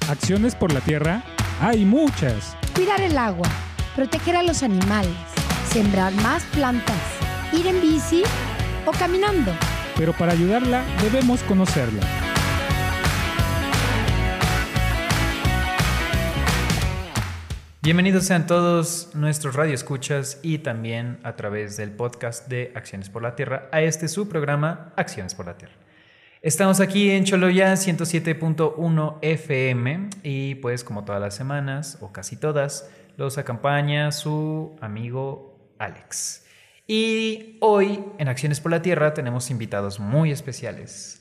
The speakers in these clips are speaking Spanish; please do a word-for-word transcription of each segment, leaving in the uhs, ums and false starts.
Acciones por la tierra hay muchas. Cuidar el agua, proteger a los animales, sembrar más plantas, ir en bici o caminando. Pero para ayudarla debemos conocerla. Bienvenidos sean todos nuestros radioescuchas y también a través del podcast de Acciones por la Tierra a este su programa Acciones por la Tierra. Estamos aquí en Choloya ciento siete punto uno F M y pues como todas las semanas o casi todas los acompaña su amigo Alex. Y hoy en Acciones por la Tierra tenemos invitados muy especiales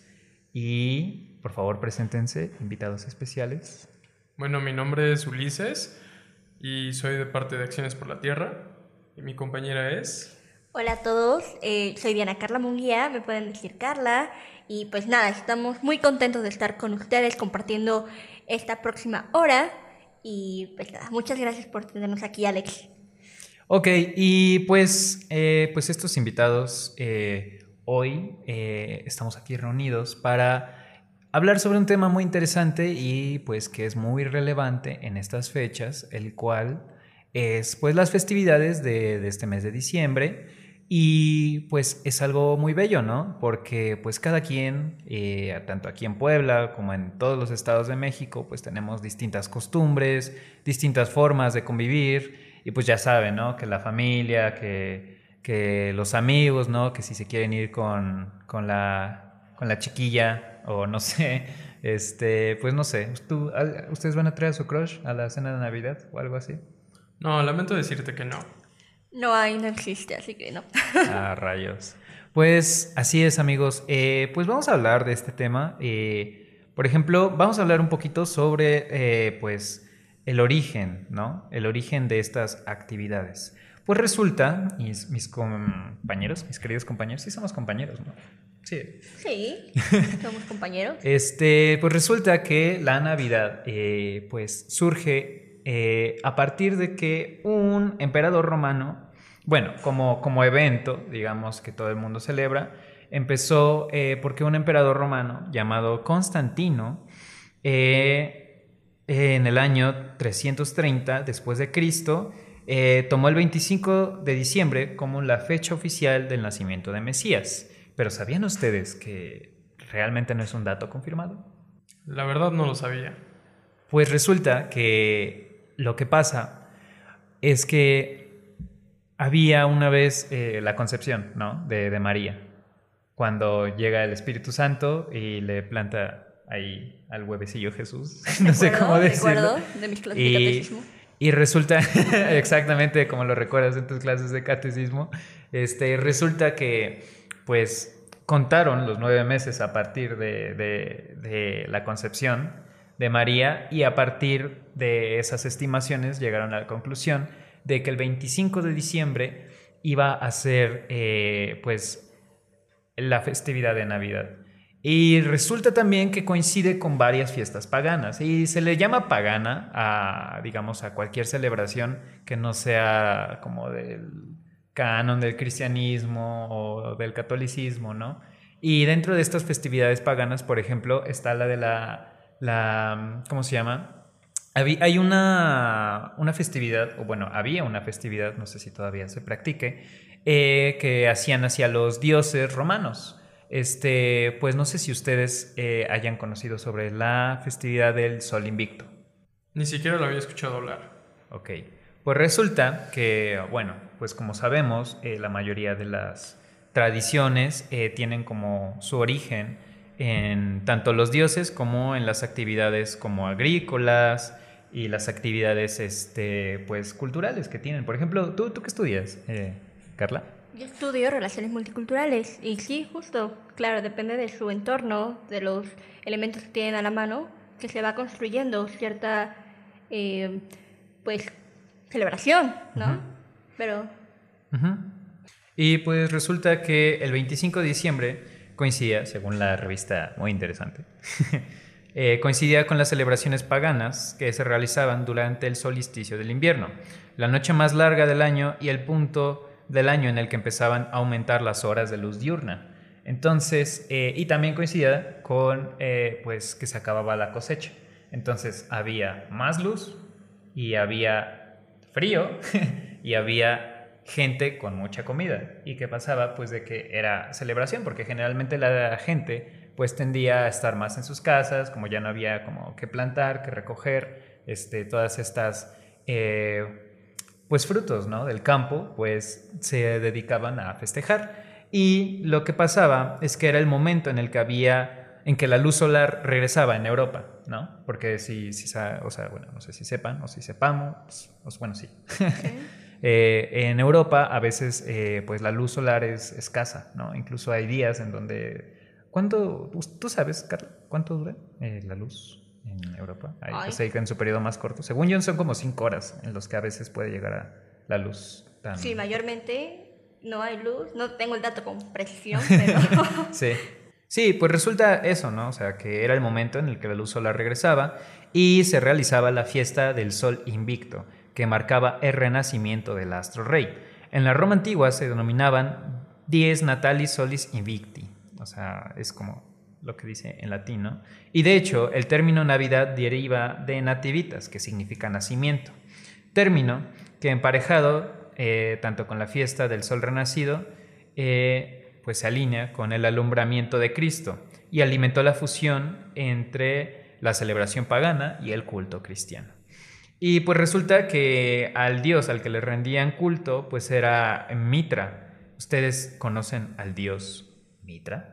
y por favor preséntense, invitados especiales. Bueno, mi nombre es Ulises y soy de parte de Acciones por la Tierra y mi compañera es... Hola a todos, eh, soy Diana Carla Munguía, me pueden decir Carla y pues nada, estamos muy contentos de estar con ustedes compartiendo esta próxima hora y pues nada, muchas gracias por tenernos aquí, Alex. Ok, y pues, eh, pues estos invitados eh, hoy eh, estamos aquí reunidos para hablar sobre un tema muy interesante y pues que es muy relevante en estas fechas, el cual es pues las festividades de, de este mes de diciembre y pues es algo muy bello, ¿no? Porque pues cada quien, eh, tanto aquí en Puebla como en todos los estados de México, pues tenemos distintas costumbres, distintas formas de convivir y pues ya saben, ¿no? Que la familia, que, que los amigos, ¿no? Que si se quieren ir con, con, la, con la chiquilla o no sé, este, pues no sé, ¿tú, ¿ustedes van a traer a su crush a la cena de Navidad o algo así? No, lamento decirte que no. No hay, no existe, así que no. Ah, rayos. Pues así es, amigos. Eh, pues vamos a hablar de este tema. Eh, por ejemplo, vamos a hablar un poquito sobre, eh, pues, el origen, ¿no? El origen de estas actividades. Pues resulta, mis, mis compañeros, mis queridos compañeros, sí somos compañeros, ¿no? Sí. Sí, somos compañeros. Este, pues resulta que la Navidad, eh, pues, surge eh, a partir de que un emperador romano, bueno, como, como evento, digamos, que todo el mundo celebra, empezó eh, porque un emperador romano llamado Constantino, eh, en el año trescientos treinta después de Cristo, eh, tomó el veinticinco de diciembre como la fecha oficial del nacimiento de Mesías. Pero ¿sabían ustedes que realmente no es un dato confirmado? La verdad no lo sabía. Pues resulta que lo que pasa es que había una vez eh, la concepción, ¿no? de, de María, cuando llega el Espíritu Santo y le planta ahí al huevecillo Jesús. No sé cómo decirlo. Recuerdo de mis clases de catecismo. Y resulta, exactamente como lo recuerdas en tus clases de catecismo, este, resulta que pues contaron los nueve meses a partir de, de, de la concepción de María y a partir de esas estimaciones llegaron a la conclusión de que el veinticinco de diciembre iba a ser eh, pues la festividad de Navidad. Y resulta también que coincide con varias fiestas paganas y se le llama pagana a, digamos, a cualquier celebración que no sea como del canon del cristianismo o del catolicismo, ¿no? Y dentro de estas festividades paganas, por ejemplo, está la de la, la ¿cómo se llama? Hay una, una festividad, o bueno, había una festividad, no sé si todavía se practique, eh, que hacían hacia los dioses romanos. Este, pues no sé si ustedes eh, hayan conocido sobre la festividad del Sol Invicto. Ni siquiera lo había escuchado hablar. Ok. Pues resulta que, bueno, pues como sabemos, eh, la mayoría de las tradiciones eh, tienen como su origen en tanto los dioses como en las actividades como agrícolas y las actividades este, pues, culturales que tienen. Por ejemplo, ¿tú, tú qué estudias, eh, Carla? Yo estudio relaciones multiculturales y sí, justo, claro, depende de su entorno, de los elementos que tienen a la mano, que se va construyendo cierta, eh, pues, celebración, ¿no? Uh-huh. Pero... Uh-huh. Y pues resulta que el veinticinco de diciembre coincidía, según la revista muy interesante, eh, coincidía con las celebraciones paganas que se realizaban durante el solsticio del invierno, la noche más larga del año y el punto del año en el que empezaban a aumentar las horas de luz diurna. Entonces, eh, y también coincidía con eh, pues que se acababa la cosecha. Entonces había más luz y había frío y había gente con mucha comida. ¿Y qué pasaba? Pues de que era celebración, porque generalmente la gente pues tendía a estar más en sus casas, como ya no había como que plantar, que recoger, este, todas estas eh, pues frutos, ¿no?, del campo, pues se dedicaban a festejar. Y lo que pasaba es que era el momento en el que había, en que la luz solar regresaba en Europa, ¿no? Porque si, si o sea, bueno, no sé si sepan o si sepamos, pues, bueno, sí. Okay. eh, en Europa a veces eh, pues la luz solar es escasa, ¿no? Incluso hay días en donde... ¿Cuánto, tú sabes, Carla, cuánto dura eh, la luz en Europa? Ahí, pues, ahí en su periodo más corto. Según yo son como cinco horas en los que a veces puede llegar a la luz tan... Sí, mayormente no hay luz. No tengo el dato con precisión, pero... sí. Sí, pues resulta eso, ¿no? O sea, que era el momento en el que la luz solar regresaba y se realizaba la fiesta del Sol Invicto, que marcaba el renacimiento del astro rey. En la Roma antigua se denominaban Dies Natalis Solis Invicti. O sea, es como lo que dice en latín, ¿no? Y de hecho, el término Navidad deriva de nativitas, que significa nacimiento. Término que emparejado eh, tanto con la fiesta del sol renacido, eh, pues se alinea con el alumbramiento de Cristo y alimentó la fusión entre la celebración pagana y el culto cristiano. Y pues resulta que al dios al que le rendían culto, pues era Mitra. ¿Ustedes conocen al dios Mitra?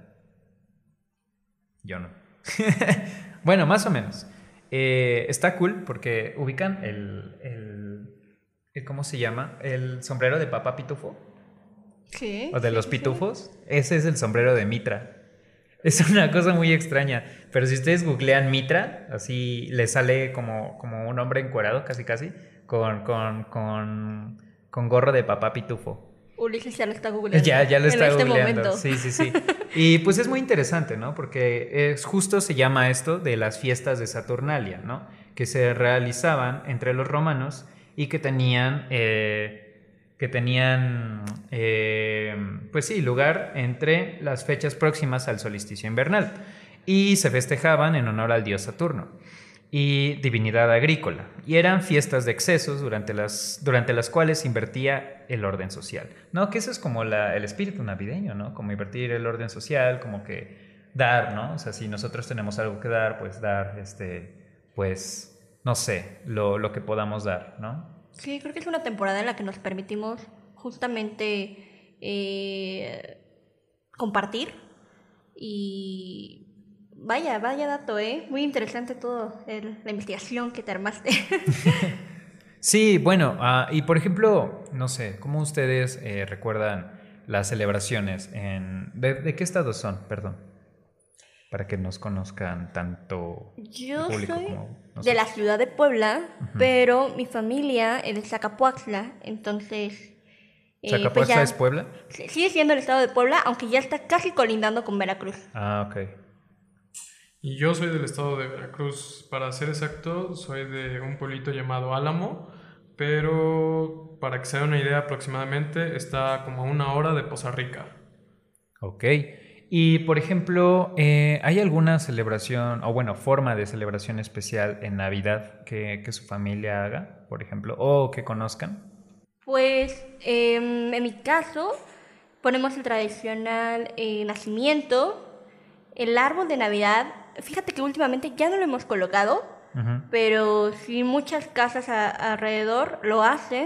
Yo no. Bueno, más o menos. Eh, está cool porque ubican el, el, el... ¿Cómo se llama? El sombrero de Papá Pitufo. Sí. O de sí, los sí. pitufos. Ese es el sombrero de Mitra. Es una cosa muy extraña. Pero si ustedes googlean Mitra, así les sale como, como un hombre encuerado, casi casi, con, con, con, con gorro de Papá Pitufo. Ulises ya lo está googleando. Ya, ya lo está en este googleando. Momento. Sí, sí, sí. Y pues es muy interesante, ¿no? Porque es, justo se llama esto de las fiestas de Saturnalia, ¿no? Que se realizaban entre los romanos y que tenían, eh, que tenían, eh, pues sí, lugar entre las fechas próximas al solsticio invernal. Y se festejaban en honor al dios Saturno y divinidad agrícola, y eran fiestas de excesos durante las, durante las cuales se invertía el orden social, ¿no? Que eso es como la, el espíritu navideño, ¿no? Como invertir el orden social, como que dar, ¿no? O sea, si nosotros tenemos algo que dar, pues dar, este, pues, no sé, lo, lo que podamos dar, ¿no? Sí, creo que es una temporada en la que nos permitimos justamente eh, compartir y... Vaya, vaya dato, ¿eh? Muy interesante todo, el, la investigación que te armaste. Sí, bueno, uh, y por ejemplo, no sé, ¿cómo ustedes eh, recuerdan las celebraciones? En, ¿de, ¿De qué estados son? Perdón. Para que nos conozcan tanto Yo el público soy como nosotros. De la ciudad de Puebla, uh-huh. Pero mi familia es de Zacapuaxtla, entonces... Eh, ¿Zacapuaxtla pues ya, es Puebla? Sigue siendo el estado de Puebla, aunque ya está casi colindando con Veracruz. Ah, ok. Y yo soy del estado de Veracruz, para ser exacto, soy de un pueblito llamado Álamo, pero para que se den una idea aproximadamente está como a una hora de Poza Rica. Ok, y por ejemplo, eh, ¿hay alguna celebración, o bueno, forma de celebración especial en Navidad que, que su familia haga, por ejemplo, o que conozcan? Pues eh, en mi caso ponemos el tradicional eh, nacimiento, el árbol de Navidad. Fíjate que últimamente ya no lo hemos colocado, uh-huh. Pero sí muchas casas a, alrededor lo hacen.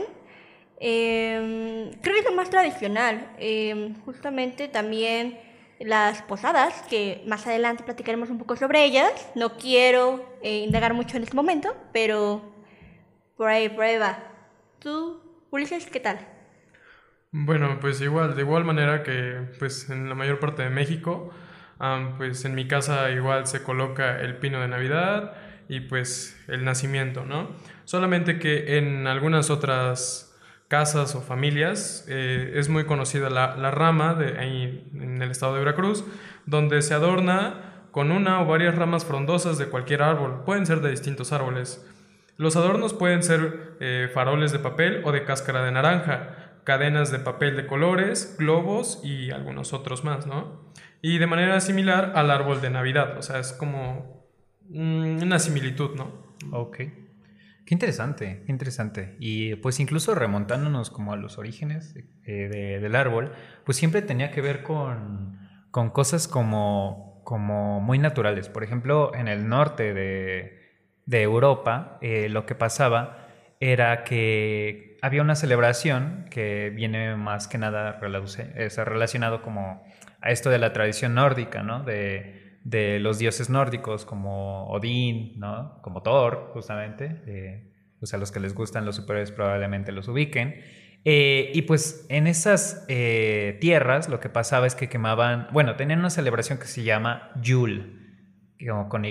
Eh, creo que es lo más tradicional. Eh, justamente también las posadas, que más adelante platicaremos un poco sobre ellas. No quiero eh, indagar mucho en este momento, pero por ahí, por ahí va. ¿Tú, Ulises, qué tal? Bueno, pues igual, de igual manera que pues en la mayor parte de México... Um, pues en mi casa igual se coloca el pino de Navidad y pues el nacimiento, ¿no? Solamente que en algunas otras casas o familias eh, es muy conocida la, la rama de ahí en el estado de Veracruz, donde se adorna con una o varias ramas frondosas de cualquier árbol, pueden ser de distintos árboles. Los adornos pueden ser eh, faroles de papel o de cáscara de naranja, cadenas de papel de colores, globos y algunos otros más, ¿no? Y de manera similar al árbol de Navidad, o sea, es como mm, una similitud, ¿no? Ok. Qué interesante, qué interesante. Y pues incluso remontándonos como a los orígenes eh, de- del árbol, pues siempre tenía que ver con, con cosas como, como muy naturales. Por ejemplo, en el norte de, de Europa, eh, lo que pasaba era que había una celebración que viene más que nada relace- o sea, relacionado como a esto de la tradición nórdica, ¿no? De, de los dioses nórdicos como Odín, ¿no? Como Thor, justamente. Eh, pues a los que les gustan los superhéroes probablemente los ubiquen. Eh, y pues en esas eh, tierras lo que pasaba es que quemaban, bueno, tenían una celebración que se llama Yule, como con Y,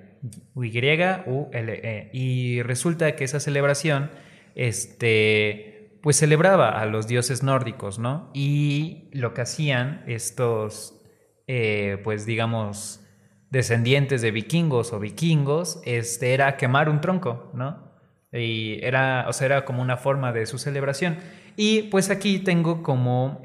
Y-U-L-E. Y resulta que esa celebración, este, pues celebraba a los dioses nórdicos, ¿no? Y lo que hacían estos, eh, pues digamos, descendientes de vikingos o vikingos, este, era quemar un tronco, ¿no? Y era, o sea, era como una forma de su celebración. Y pues aquí tengo como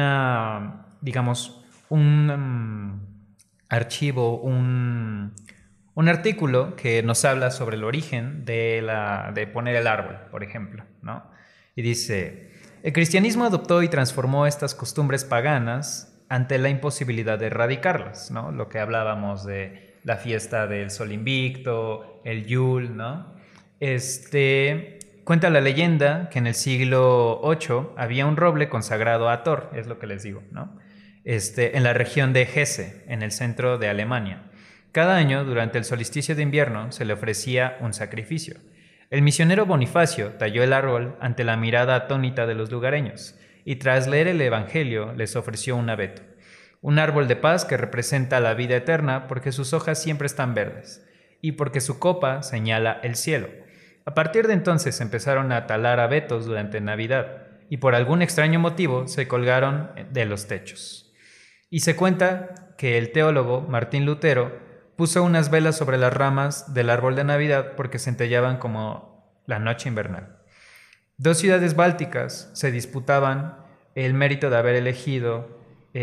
una, digamos, un um, archivo, un, un artículo que nos habla sobre el origen de, la, de poner el árbol, por ejemplo, ¿no? Y dice, el cristianismo adoptó y transformó estas costumbres paganas ante la imposibilidad de erradicarlas, ¿no? Lo que hablábamos de la fiesta del sol invicto, el Yule, ¿no? Este, cuenta la leyenda que en el siglo ocho había un roble consagrado a Thor, es lo que les digo, ¿no? Este, en la región de Hesse, en el centro de Alemania. Cada año, durante el solsticio de invierno, se le ofrecía un sacrificio. El misionero Bonifacio talló el árbol ante la mirada atónita de los lugareños y tras leer el Evangelio les ofreció un abeto, un árbol de paz que representa la vida eterna porque sus hojas siempre están verdes y porque su copa señala el cielo. A partir de entonces empezaron a talar abetos durante Navidad y por algún extraño motivo se colgaron de los techos. Y se cuenta que el teólogo Martín Lutero puso unas velas sobre las ramas del árbol de Navidad porque centellaban como la noche invernal. Dos ciudades bálticas se disputaban el mérito de haber elegido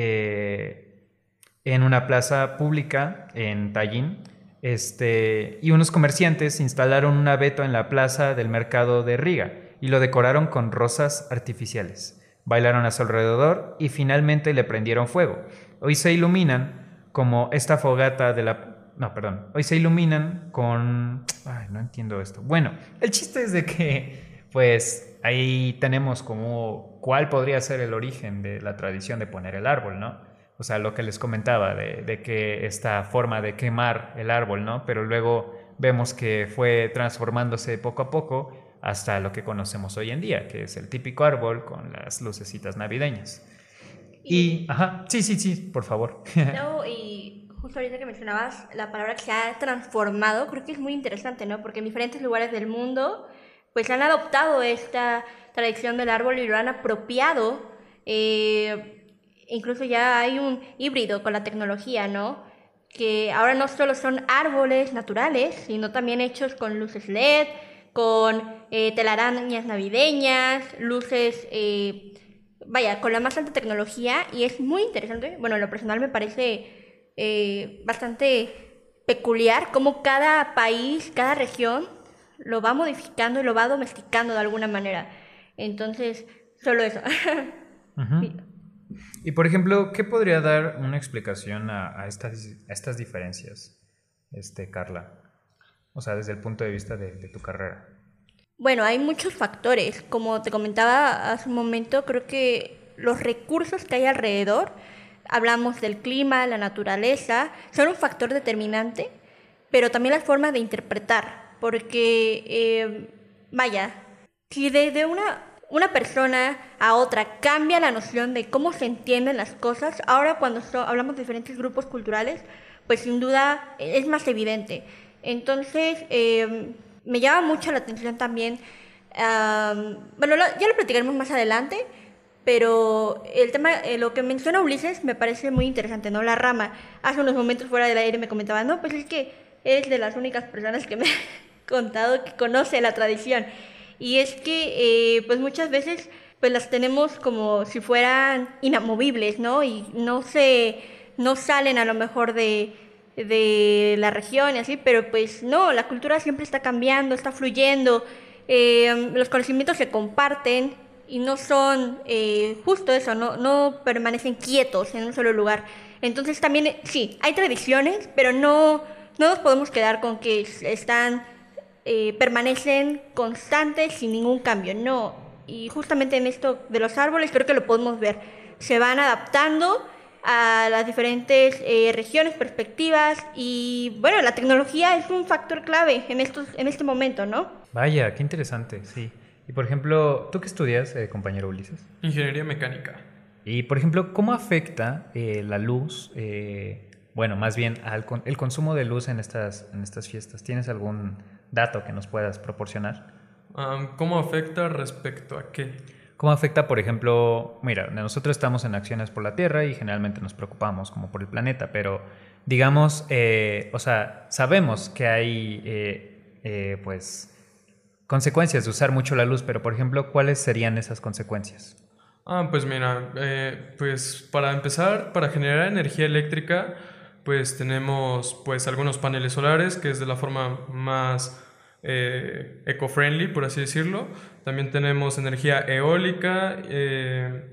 eh, en una plaza pública en Tallinn, este, y unos comerciantes instalaron un abeto en la plaza del mercado de Riga y lo decoraron con rosas artificiales. Bailaron a su alrededor y finalmente le prendieron fuego. Hoy se iluminan como esta fogata de la... No, perdón. Hoy se iluminan con... Ay, no entiendo esto. Bueno, el chiste es de que, pues, ahí tenemos como cuál podría ser el origen de la tradición de poner el árbol, ¿no? O sea, lo que les comentaba de, de que esta forma de quemar el árbol, ¿no? Pero luego vemos que fue transformándose poco a poco hasta lo que conocemos hoy en día, que es el típico árbol con las lucecitas navideñas. Y, y ajá, sí, sí, sí, por favor. No, y justo ahorita que mencionabas la palabra que se ha transformado, creo que es muy interesante, ¿no? Porque en diferentes lugares del mundo, pues han adoptado esta tradición del árbol y lo han apropiado. Eh, incluso ya hay un híbrido con la tecnología, ¿no? Que ahora no solo son árboles naturales, sino también hechos con luces L E D, con eh, telarañas navideñas, luces, eh, vaya, con la más alta tecnología, y es muy interesante. Bueno, en lo personal me parece eh, bastante peculiar cómo cada país, cada región lo va modificando y lo va domesticando de alguna manera. Entonces, solo eso. Uh-huh. Y por ejemplo, ¿qué podría dar una explicación a, a, estas, a estas diferencias, este, Carla? O sea, desde el punto de vista de, de tu carrera. Bueno, hay muchos factores. Como te comentaba hace un momento, creo que los recursos que hay alrededor, hablamos del clima, la naturaleza, son un factor determinante, pero también las formas de interpretar, porque, eh, vaya, si desde una... una persona a otra cambia la noción de cómo se entienden las cosas, ahora cuando so, hablamos de diferentes grupos culturales, pues sin duda es más evidente. Entonces, eh, me llama mucho la atención también, um, bueno, lo, ya lo platicaremos más adelante, pero el tema, eh, lo que menciona Ulises me parece muy interesante, ¿no? La rama. Hace unos momentos fuera del aire me comentaba, no, pues es que es de las únicas personas que me ha contado que conoce la tradición. Y es que, eh, pues muchas veces, pues las tenemos como si fueran inamovibles, ¿no? Y no se, no salen a lo mejor de, de la región y así, pero pues no, la cultura siempre está cambiando, está fluyendo, eh, los conocimientos se comparten y no son eh, justo eso, no, no permanecen quietos en un solo lugar. Entonces también, eh, sí, hay tradiciones, pero no, no nos podemos quedar con que están, eh, permanecen constantes sin ningún cambio, no. Y justamente en esto de los árboles creo que lo podemos ver, se van adaptando a las diferentes eh, regiones, perspectivas y bueno, la tecnología es un factor clave en, estos, en este momento, ¿no? Vaya, qué interesante, sí. Y por ejemplo, ¿tú qué estudias, eh, compañero Ulises? Ingeniería mecánica. Y por ejemplo, ¿cómo afecta eh, la luz, eh, bueno, más bien al con- el consumo de luz en estas, en estas fiestas? ¿Tienes algún dato que nos puedas proporcionar? Um, ¿Cómo afecta respecto a qué? ¿Cómo afecta, por ejemplo, mira, nosotros estamos en Acciones por la Tierra y generalmente nos preocupamos como por el planeta, pero digamos, eh, o sea, sabemos que hay, eh, eh, pues, consecuencias de usar mucho la luz, pero por ejemplo, ¿cuáles serían esas consecuencias? Ah, pues mira, eh, pues para empezar, para generar energía eléctrica, pues tenemos pues algunos paneles solares, que es de la forma más eh, eco-friendly, por así decirlo. También tenemos energía eólica eh,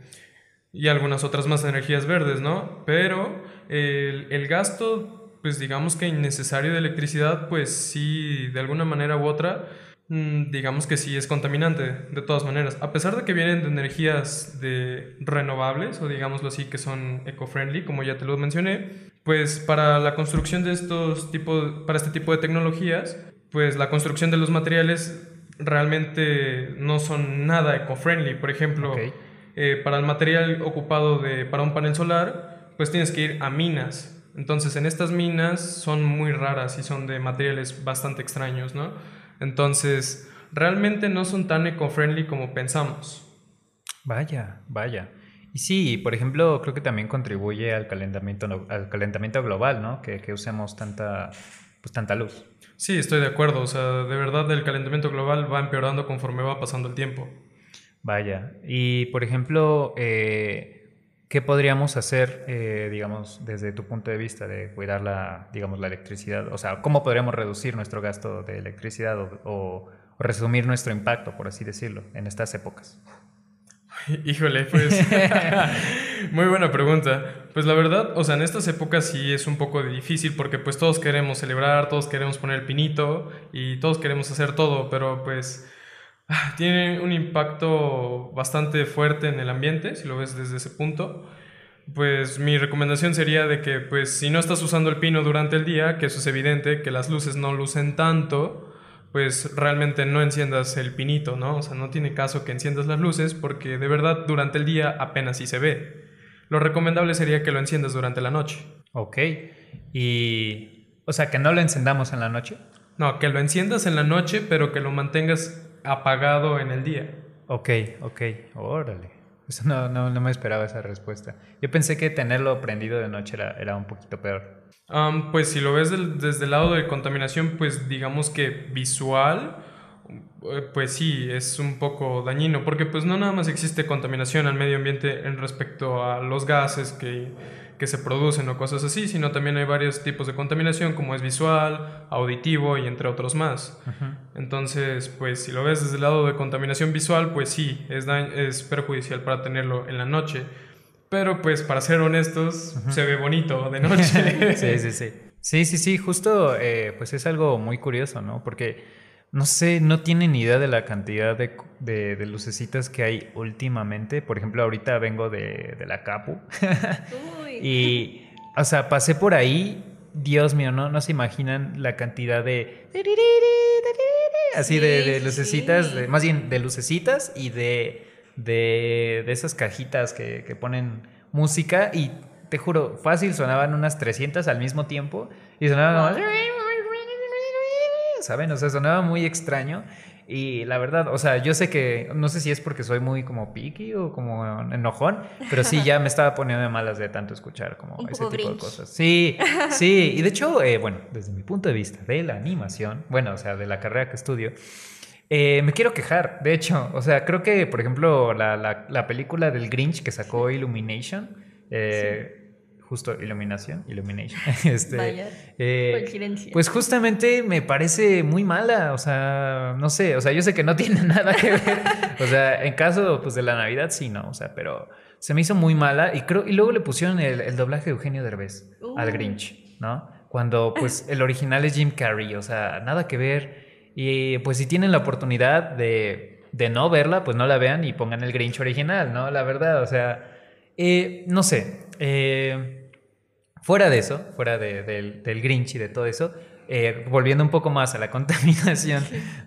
y algunas otras más energías verdes, ¿no? Pero el, el gasto, pues digamos que innecesario de electricidad, pues sí, de alguna manera u otra, mm, digamos que sí es contaminante, de todas maneras. A pesar de que vienen de energías de renovables, o digámoslo así, que son eco-friendly, como ya te lo mencioné, pues para la construcción de estos tipos, para este tipo de tecnologías, pues la construcción de los materiales realmente no son nada eco-friendly. Por ejemplo, Ok. eh, para el material ocupado de, para un panel solar, pues tienes que ir a minas. Entonces, en estas minas son muy raras y son de materiales bastante extraños, ¿no? Entonces, realmente no son tan eco-friendly como pensamos. Vaya, vaya. Y sí, por ejemplo, creo que también contribuye al calentamiento, no- al calentamiento global, ¿no? Que, que usemos tanta, pues, tanta luz. Sí, estoy de acuerdo. O sea, de verdad el calentamiento global va empeorando conforme va pasando el tiempo. Vaya. Y por ejemplo, eh, ¿qué podríamos hacer, eh, digamos, desde tu punto de vista de cuidar la, digamos, la electricidad? O sea, ¿cómo podríamos reducir nuestro gasto de electricidad o, o- o resumir nuestro impacto, por así decirlo, en estas épocas? Híjole, pues muy buena pregunta. Pues la verdad, o sea, en estas épocas sí es un poco difícil porque pues todos queremos celebrar, todos queremos poner el pinito y todos queremos hacer todo, pero pues ah, tiene un impacto bastante fuerte en el ambiente, si lo ves desde ese punto. Pues mi recomendación sería de que pues si no estás usando el pino durante el día, que eso es evidente, que las luces no lucen tanto, pues realmente no enciendas el pinito, ¿no? O sea, no tiene caso que enciendas las luces porque de verdad durante el día apenas sí se ve. Lo recomendable sería que lo enciendas durante la noche. Ok. Y, o sea, que no lo encendamos en la noche. No, que lo enciendas en la noche, pero que lo mantengas apagado en el día. Ok, ok, órale. Eso no, no, no me esperaba esa respuesta. Yo pensé que tenerlo prendido de noche era, era un poquito peor. Um, pues si lo ves del- desde el lado de contaminación, pues digamos que visual, eh, pues sí, es un poco dañino, porque pues no nada más existe contaminación al medio ambiente en respecto a los gases que, que se producen o cosas así, sino también hay varios tipos de contaminación como es visual, auditivo y entre otros más. Ujú. Entonces, pues si lo ves desde el lado de contaminación visual, pues sí, es, da- es perjudicial para tenerlo en la noche. Pero pues para ser honestos, se ve bonito de noche. Sí, sí, sí. Sí, sí, sí, justo, eh, pues es algo muy curioso, ¿no? Porque, no sé, no tienen ni idea de la cantidad de, de, de lucecitas que hay últimamente. Por ejemplo, ahorita vengo de, de la Capu Uy. y, o sea, pasé por ahí, Dios mío, ¿no? No se imaginan la cantidad de... Así de, de Sí, lucecitas, sí. de- más bien de lucecitas y de, de, de esas cajitas que, que ponen música y te juro, fácil sonaban unas trescientas al mismo tiempo y sonaban como... ¿Saben? O sea, sonaba muy extraño y la verdad, o sea, yo sé que, no sé si es porque soy muy como picky o como enojón, pero sí, ya me estaba poniendo de malas de tanto escuchar como Un ese poco tipo de Grinch. cosas. Sí, sí, y de hecho, eh, bueno, desde mi punto de vista de la animación, bueno, o sea, de la carrera que estudio, eh, me quiero quejar, de hecho, o sea, creo que, por ejemplo, la, la, la película del Grinch que sacó Illumination, eh, justo iluminación, illumination. Este, Vaya, eh, coincidencia. Pues justamente me parece muy mala, o sea, no sé, o sea, yo sé que no tiene nada que ver, o sea, en caso pues de la Navidad sí, no, o sea, pero se me hizo muy mala y creo y luego le pusieron el, el doblaje de Eugenio Derbez Uh. al Grinch, ¿no? Cuando pues el original es Jim Carrey, o sea, nada que ver y pues si tienen la oportunidad de, de no verla, pues no la vean y pongan el Grinch original, ¿no? La verdad, o sea, eh, no sé, eh, fuera de eso, fuera de, de, del Grinch y de todo eso, eh, volviendo un poco más a la contaminación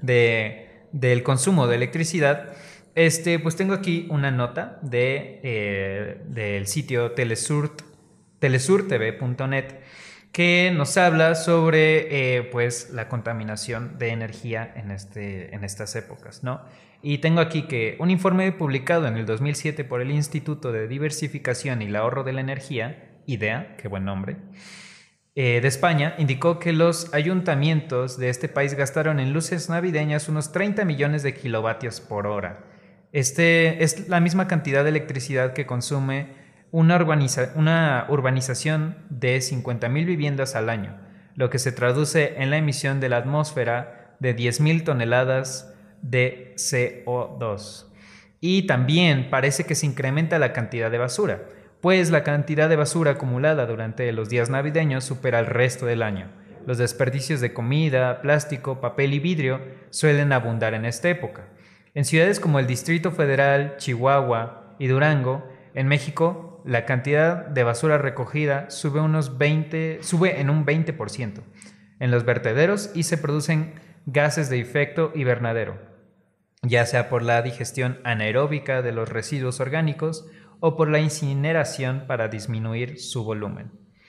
de, del consumo de electricidad, este, pues tengo aquí una nota de, eh, del sitio telesur, telesurtv punto net que nos habla sobre eh, pues, la contaminación de energía en, este, en estas épocas, ¿no? Y tengo aquí que un informe publicado en el dos mil siete por el Instituto de Diversificación y el Ahorro de la Energía, IDEA, qué buen nombre, eh, de España, indicó que los ayuntamientos de este país gastaron en luces navideñas unos treinta millones de kilovatios por hora. Este es la misma cantidad de electricidad que consume una, urbaniza una urbanización de cincuenta mil viviendas al año, lo que se traduce en la emisión de la atmósfera de diez mil toneladas de C O dos. Y también parece que se incrementa la cantidad de basura, pues la cantidad de basura acumulada durante los días navideños supera el resto del año. Los desperdicios de comida, plástico, papel y vidrio suelen abundar en esta época. En ciudades como el Distrito Federal, Chihuahua y Durango, en México, la cantidad de basura recogida sube, unos veinte, sube en un veinte por ciento en los vertederos y se producen gases de efecto invernadero, ya sea por la digestión anaeróbica de los residuos orgánicos o por la incineración para disminuir su volumen.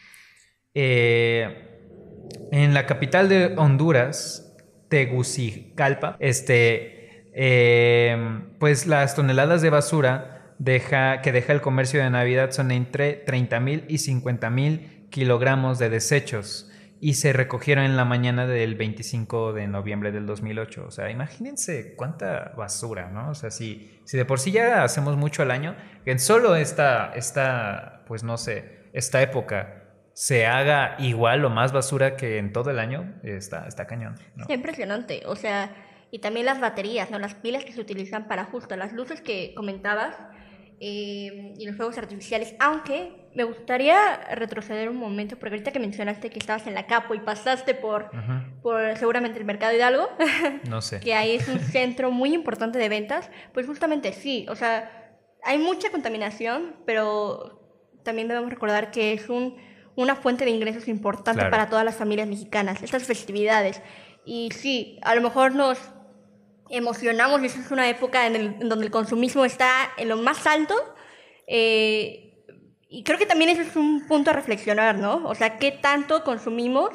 Eh, en la capital de Honduras, Tegucigalpa, este, eh, pues las toneladas de basura deja, que deja el comercio de Navidad son entre treinta mil y cincuenta mil kilogramos de desechos y se recogieron en la mañana del veinticinco de noviembre del dos mil ocho. O sea, imagínense cuánta basura, ¿no? O sea, si, si de por sí ya hacemos mucho al año, que en solo esta, esta, pues no sé, esta época se haga igual o más basura que en todo el año, está, está cañón, ¿no? Es impresionante, o sea, y también las baterías, ¿no? Las pilas que se utilizan para justo las luces que comentabas eh, y los fuegos artificiales, aunque me gustaría retroceder un momento, porque ahorita que mencionaste que estabas en la Capo y pasaste por, uh-huh. por seguramente el Mercado Hidalgo, no sé, que ahí es un centro muy importante de ventas, pues justamente sí, o sea, hay mucha contaminación, pero también debemos recordar que es un, una fuente de ingresos importante claro. para todas las familias mexicanas, estas festividades. Y sí, a lo mejor nos emocionamos y eso es una época en, el, en donde el consumismo está en lo más alto, eh, y creo que también eso es un punto a reflexionar, ¿no? O sea, ¿qué tanto consumimos?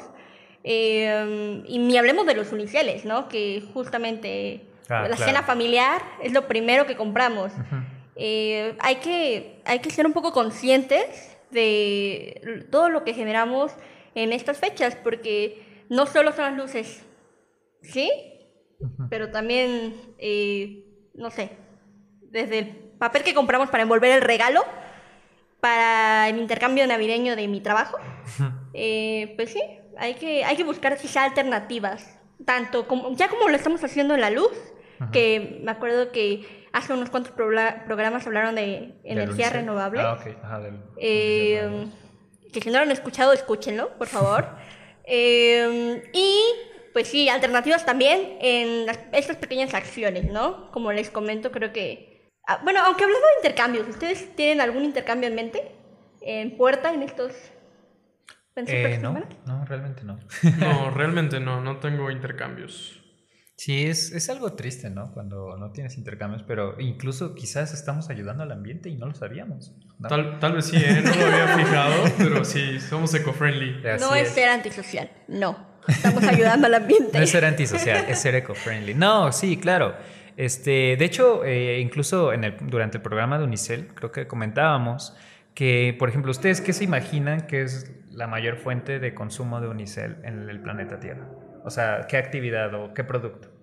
Eh, y ni hablemos de los uniceles, ¿no? Que justamente ah, la claro. cena familiar es lo primero que compramos. Uh-huh. eh, hay que, hay que ser un poco conscientes de todo lo que generamos en estas fechas, porque no solo son las luces, ¿sí? Uh-huh. Pero también, eh, no sé, desde el papel que compramos para envolver el regalo, para el intercambio navideño de mi trabajo, uh-huh. eh, pues sí, hay que, hay que buscar quizás alternativas, tanto como, ya como lo estamos haciendo en la luz, uh-huh. que me acuerdo que hace unos cuantos pro- programas hablaron de energía renovable. Ah, okay. Ajá, del, eh, del que si no lo han escuchado, escúchenlo, por favor. eh, y pues sí, alternativas también en las, estas pequeñas acciones, ¿no? Como les comento, creo que... Ah, bueno, aunque hablando de intercambios, ¿ustedes tienen algún intercambio en mente? ¿En puerta en estos... Eh, no, no, realmente no. No, realmente no, no tengo intercambios. Sí, es, es algo triste, ¿no? Cuando no tienes intercambios, pero incluso quizás estamos ayudando al ambiente y no lo sabíamos, ¿no? Tal, tal vez sí, ¿eh? No lo había fijado, pero sí, somos eco-friendly. Así no es, es ser antisocial, no. Estamos ayudando al ambiente. No es ser antisocial, es ser eco-friendly. No, sí, claro. Este, de hecho, eh, incluso en el, durante el programa de Unicel, creo que comentábamos que, por ejemplo, ¿ustedes qué se imaginan que es la mayor fuente de consumo de Unicel en el planeta Tierra? O sea, ¿qué actividad o qué producto?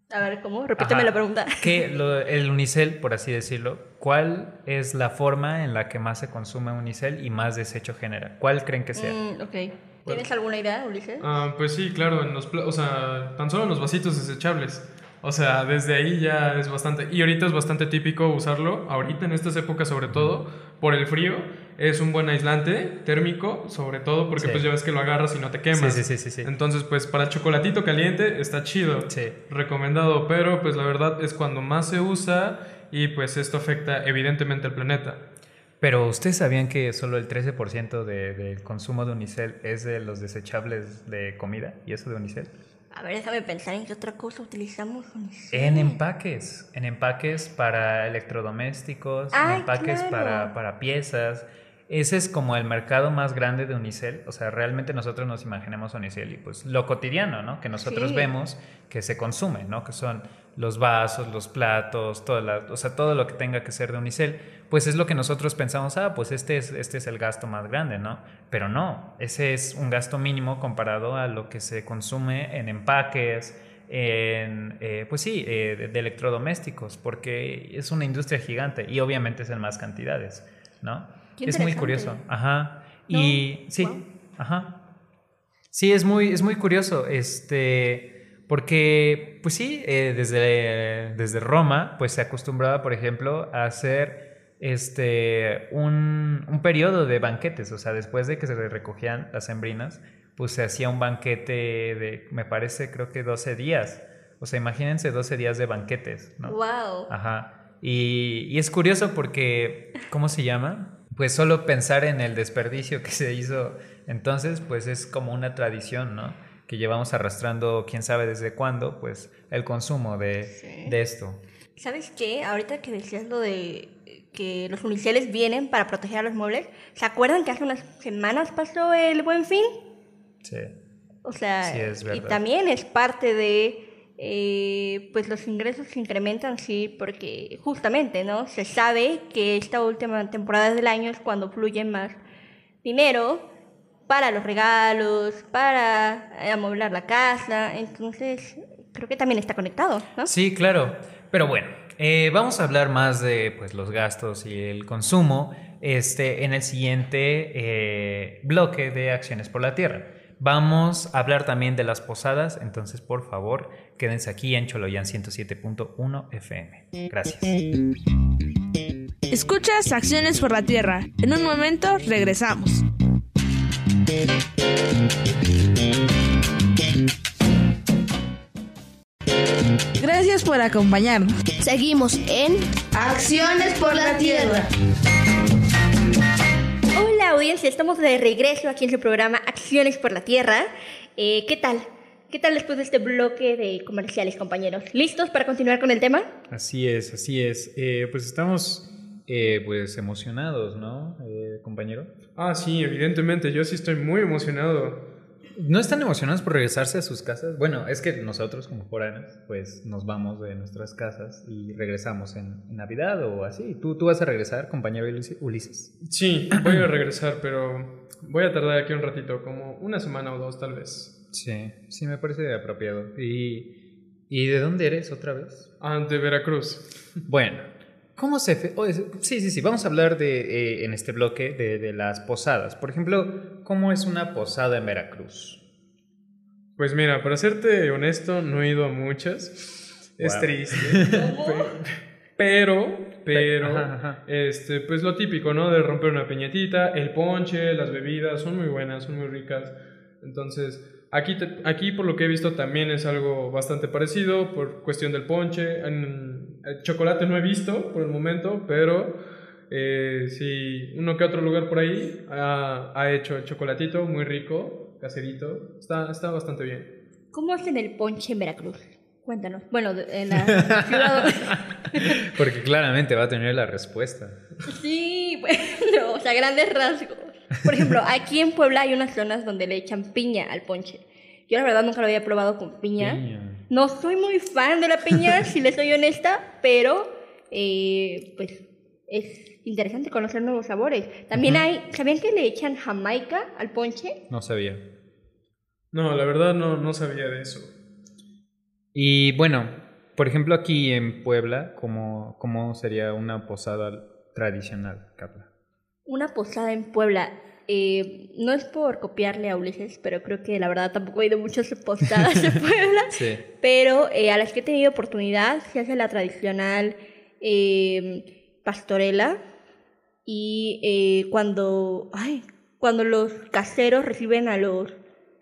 A ver, ¿cómo? Repíteme Ajá. la pregunta. Que lo- el unicel, por así decirlo, ¿cuál es la forma en la que más se consume unicel y más desecho genera? ¿Cuál creen que sea? Mm, ok. ¿Tienes alguna idea, Ulises? Ah, pues sí, claro, en los, pla- o sea, tan solo en los vasitos desechables. O sea, desde ahí ya es bastante. Y ahorita es bastante típico usarlo, ahorita en estas épocas sobre todo, por el frío. Es un buen aislante térmico, sobre todo porque Sí. pues ya ves que lo agarras y no te quemas. Sí, sí, sí, sí, sí. Entonces, pues para chocolatito caliente está chido. Sí. Recomendado, pero pues la verdad es cuando más se usa y pues esto afecta evidentemente al planeta. Pero ¿ustedes sabían que solo el trece por ciento de, del consumo de unicel es de los desechables de comida? ¿Y eso de unicel? A ver, déjame pensar en qué otra cosa utilizamos. Unicel. En empaques, en empaques para electrodomésticos, en Ay, empaques claro. para, para piezas. Ese es como el mercado más grande de unicel. O sea, realmente nosotros nos imaginamos unicel y pues lo cotidiano, ¿no? Que nosotros Sí. vemos que se consume, ¿no? Que son los vasos, los platos, toda la, o sea, todo lo que tenga que ser de unicel. Pues es lo que nosotros pensamos, ah, pues este es, este es el gasto más grande, ¿no? Pero no, ese es un gasto mínimo comparado a lo que se consume en empaques, en, eh, pues sí, eh, de, de electrodomésticos, porque es una industria gigante y obviamente es en más cantidades, ¿no? Qué Es muy interesante. curioso, ajá. No, Y sí, wow. ajá. Sí, es muy, es muy curioso, este, porque, pues sí, eh, desde, desde Roma, pues se acostumbraba, por ejemplo, a hacer este, un, un periodo de banquetes, o sea, después de que se recogían las sembrinas, pues se hacía un banquete de, me parece, creo que doce días. O sea, imagínense doce días de banquetes, ¿no? Wow. Ajá. Y, y es curioso porque, ¿cómo se llama? Pues solo pensar en el desperdicio que se hizo entonces, pues es como una tradición, ¿no? Que llevamos arrastrando, quién sabe desde cuándo, pues el consumo de, Sí. de esto. ¿Sabes qué? Ahorita que decías lo de que los uniceles vienen para proteger a los muebles, ¿se acuerdan que hace unas semanas pasó el Buen Fin? Sí. O sea, Sí, es y verdad. también es parte de, eh, pues los ingresos se incrementan, sí, porque justamente, ¿no? Se sabe que esta última temporada del año es cuando fluye más dinero para los regalos, para eh, amoblar la casa, entonces creo que también está conectado, ¿no? Sí, claro. Pero bueno, eh, vamos a hablar más de pues, los gastos y el consumo este, en el siguiente eh, bloque de Acciones por la Tierra. Vamos a hablar también de las posadas, entonces por favor quédense aquí en Choloyán ciento siete punto uno F M. Gracias. Escuchas Acciones por la Tierra. En un momento regresamos. Gracias por acompañarnos. Seguimos en Acciones por la Tierra. Hola audiencia, estamos de regreso aquí en su programa Acciones por la Tierra. Eh, ¿Qué tal? ¿Qué tal después de este bloque de comerciales, compañeros? ¿Listos para continuar con el tema? Así es, así es. Eh, pues estamos eh, pues emocionados, ¿no, eh, compañero? Ah, sí, evidentemente, yo sí estoy muy emocionado. ¿No están emocionados por regresarse a sus casas? Bueno, es que nosotros como foráneos, pues nos vamos de nuestras casas y regresamos en, en Navidad o así. ¿Tú, ¿Tú vas a regresar, compañero Ulis- Ulises? Sí, voy a regresar, pero voy a tardar aquí un ratito, como una semana o dos tal vez. Sí, sí me parece apropiado. ¿Y, ¿y de dónde eres otra vez? Ah, de Veracruz. Bueno, ¿cómo se... fe- oh, es- sí, sí, sí, vamos a hablar de, eh, en este bloque de, de las posadas. Por ejemplo, ¿cómo es una posada en Veracruz? Pues mira, para serte honesto, no he ido a muchas. Es Wow. triste. Pero, pero, Ajá, ajá. este, pues lo típico, ¿no? De romper una piñatita, el ponche, las bebidas, son muy buenas, son muy ricas. Entonces, aquí, te- aquí por lo que he visto también es algo bastante parecido por cuestión del ponche. En, el chocolate no he visto por el momento, pero eh, sí, uno que otro lugar por ahí ha, ha hecho el chocolatito muy rico, caserito. Está, está bastante bien. ¿Cómo hacen el ponche en Veracruz? Cuéntanos. Bueno, de- en la ciudad... Porque claramente va a tener la respuesta. Sí, bueno, o sea, grandes rasgos. Por ejemplo, aquí en Puebla hay unas zonas donde le echan piña al ponche. Yo la verdad nunca lo había probado con piña. Piña. No soy muy fan de la piña, si les soy honesta, pero eh, pues es interesante conocer nuevos sabores. También Ujú. hay, ¿sabían que le echan jamaica al ponche? No sabía. No, la verdad no, no sabía de eso. Y bueno, por ejemplo, aquí en Puebla, ¿cómo, cómo sería una posada tradicional, Carla? Una posada en Puebla. Eh, no es por copiarle a Ulises, pero creo que la verdad tampoco he ido muchas posadas en Puebla. Sí. Pero eh, a las que he tenido oportunidad se hace la tradicional eh, pastorela. Y eh, cuando, ay, cuando los caseros reciben a los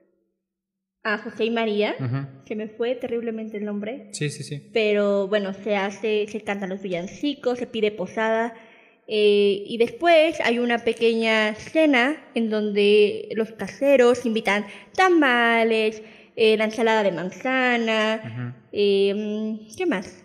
a José y María, Uh-huh. se me fue terriblemente el nombre, Sí, sí, sí. pero bueno, se hace, se cantan los villancicos, se pide posada, eh, y después hay una pequeña cena en donde los caseros invitan tamales, eh, la ensalada de manzana, Uh-huh. eh, ¿qué más?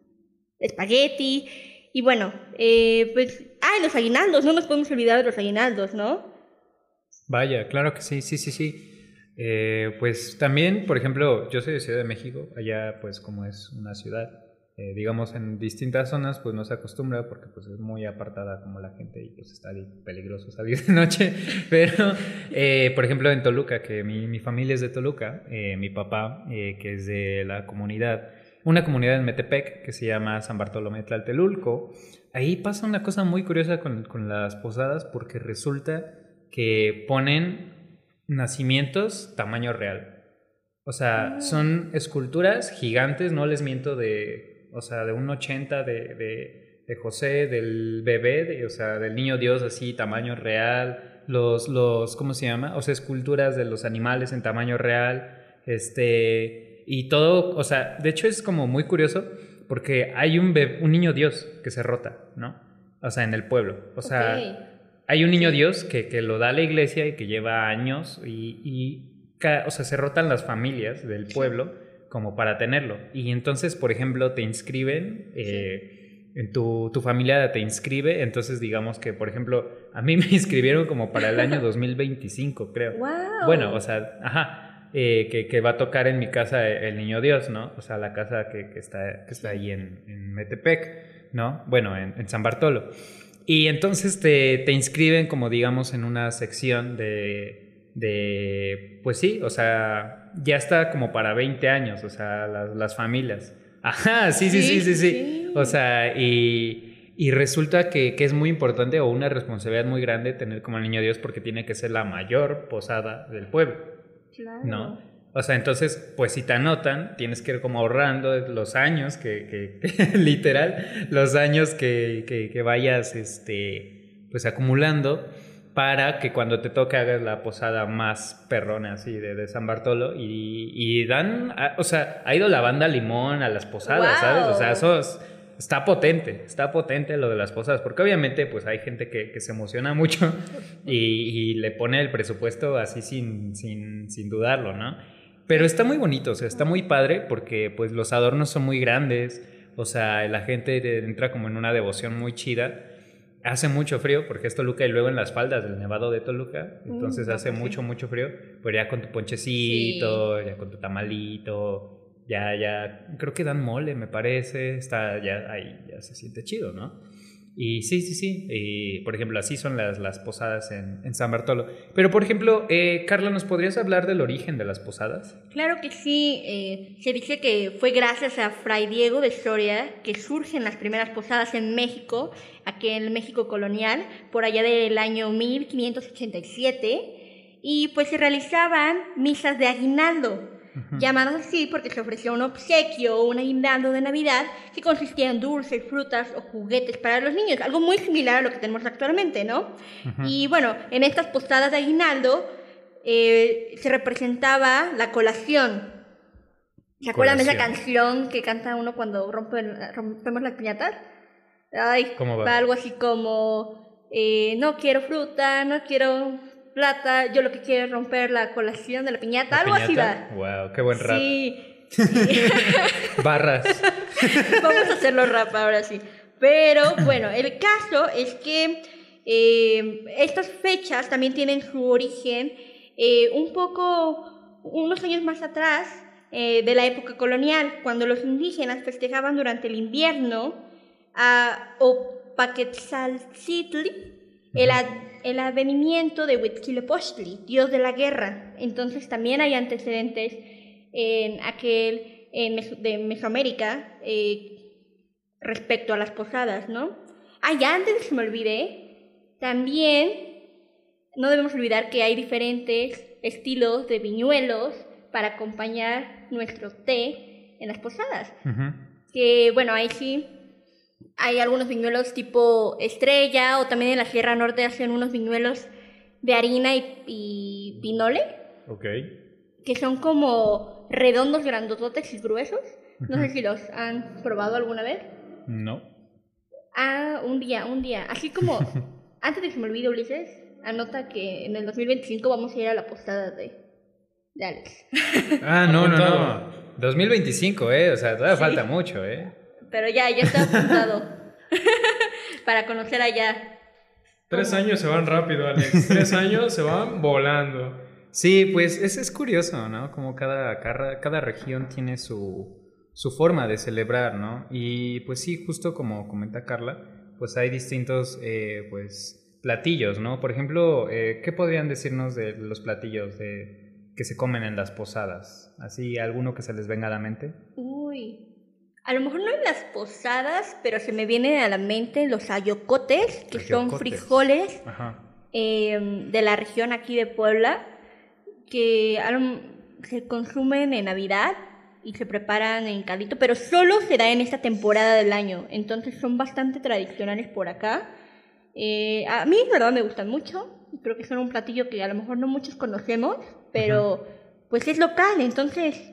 Espagueti. Y bueno, eh, pues, ah, y los aguinaldos, no nos podemos olvidar de los aguinaldos, ¿no? Vaya, claro que sí, sí, sí, sí. Eh, pues también, por ejemplo, yo soy de Ciudad de México, allá pues como es una ciudad, eh, digamos en distintas zonas pues no se acostumbra porque pues es muy apartada como la gente y pues está peligroso salir de noche, pero eh, por ejemplo en Toluca, que mi, mi familia es de Toluca, eh, mi papá eh, que es de la comunidad, una comunidad en Metepec que se llama San Bartolomé Tlaltelulco, ahí pasa una cosa muy curiosa con, con las posadas porque resulta que ponen nacimientos tamaño real. O sea, son esculturas gigantes, no les miento, de, o sea, de un ochenta de, de, de José, del bebé, de, o sea, del niño Dios así, tamaño real, los, los, ¿cómo se llama? O sea, esculturas de los animales en tamaño real, este, y todo, o sea, de hecho es como muy curioso porque hay un, bebé, un niño Dios que se rota, ¿no? O sea, en el pueblo, o sea... Okay. Hay un niño Dios que, que lo da a la iglesia y que lleva años y, y o sea, se rotan las familias del pueblo como para tenerlo. Y entonces, por ejemplo, te inscriben, eh, en tu, tu familia te inscribe, entonces digamos que, por ejemplo, a mí me inscribieron como para el año dos mil veinticinco, creo. Wow. Bueno, o sea, ajá, eh, que, que va a tocar en mi casa el niño Dios, ¿no? O sea, la casa que, que, está, que está ahí en, en Metepec, ¿no? Bueno, en, en San Bartolo. Y entonces te, te inscriben como digamos en una sección de, de, pues sí, o sea, ya está como para veinte años, o sea, las, las familias. Ajá, sí, sí, sí, sí, sí. sí. O sea, y, y resulta que, que es muy importante o una responsabilidad muy grande tener como el niño Dios porque tiene que ser la mayor posada del pueblo. Claro. ¿No? O sea, entonces, pues si te anotan, tienes que ir como ahorrando los años que, que, que literal, los años que, que, que vayas, este, pues acumulando para que cuando te toque hagas la posada más perrona así de, de San Bartolo y, y dan, o sea, ha ido la banda Limón a las posadas, wow. ¿Sabes? O sea, eso es, está potente, está potente lo de las posadas, porque obviamente pues hay gente que, que se emociona mucho y, y le pone el presupuesto así sin, sin, sin dudarlo, ¿no? Pero está muy bonito, o sea, está muy padre porque pues los adornos son muy grandes, o sea, la gente entra como en una devoción muy chida. Hace mucho frío porque es Toluca y luego en las faldas del Nevado de Toluca, entonces mm, hace sí. mucho, mucho frío, pero ya con tu ponchecito, sí. ya con tu tamalito, ya, ya, creo que dan mole, me parece, está, ya, ahí ya se siente chido, ¿no? Y sí, sí, sí, y, por ejemplo, así son las, las posadas en, en San Bartolo. Pero, por ejemplo, eh, Carla, ¿nos podrías hablar del origen de las posadas? Claro que sí, eh, se dice que fue gracias a Fray Diego de Soria que surgen las primeras posadas en México, aquí en el México colonial, por allá del año mil quinientos ochenta y siete, y pues se realizaban misas de aguinaldo, uh-huh. llamadas así porque se ofrecía un obsequio o un aguinaldo de Navidad que consistía en dulces, frutas o juguetes para los niños, algo muy similar a lo que tenemos actualmente, ¿no? Uh-huh. Y bueno, en estas posadas de aguinaldo eh, se representaba la colación. ¿Se acuerdan de esa canción que canta uno cuando rompe, rompemos las piñatas? Ay, ¿Cómo va? va algo así como, eh, no quiero fruta, no quiero plata, yo lo que quiero es romper la colación de la piñata, ¿La algo piñata? así va. Wow, qué buen rap. Sí. Barras. Vamos a hacerlo rap ahora sí. Pero bueno, el caso es que eh, estas fechas también tienen su origen eh, un poco, unos años más atrás eh, de la época colonial, cuando los indígenas festejaban durante el invierno a Opaquetzalcitli, el, ad, el advenimiento de Huitzilopochtli, dios de la guerra. Entonces también hay antecedentes en aquel en Meso- de Mesoamérica eh, respecto a las posadas, ¿no? Ah, ya antes de que se me olvide, también no debemos olvidar que hay diferentes estilos de viñuelos para acompañar nuestro té en las posadas. Ujú. Que bueno, ahí sí hay algunos viñuelos tipo estrella, o también en la Sierra Norte hacen unos viñuelos de harina y, y pinole, Ok. que son como redondos, grandototes y gruesos. No sé Ujú. si los han probado alguna vez. No. Ah, un día, un día. Así como, antes de que se me olvide, Ulises, anota que en el dos mil veinticinco vamos a ir a la postada de, de Alex. Ah, no, no, Apuntado. no. dos mil veinticinco, ¿eh? O sea, todavía Sí. falta mucho, ¿eh? Pero ya, ya está apuntado. Para conocer allá. Tres años se van rápido, Alex. Tres años se van volando. Sí, pues es, es curioso, ¿no? Como cada, cada, cada región tiene su, su forma de celebrar, ¿no? Y pues sí, justo como comenta Carla, pues hay distintos, eh, pues, platillos, ¿no? Por ejemplo, eh, ¿qué podrían decirnos de los platillos de, que se comen en las posadas? ¿Así alguno que se les venga a la mente? Uy. A lo mejor no en las posadas, pero se me vienen a la mente los ayocotes, que son Ayocotes. frijoles Ajá. eh, de la región aquí de Puebla, que a lo- se consumen en Navidad y se preparan en caldito, pero solo se da en esta temporada del año. Entonces son bastante tradicionales por acá. Eh, a mí, la verdad, me gustan mucho. Creo que son un platillo que a lo mejor no muchos conocemos, pero pues es local, entonces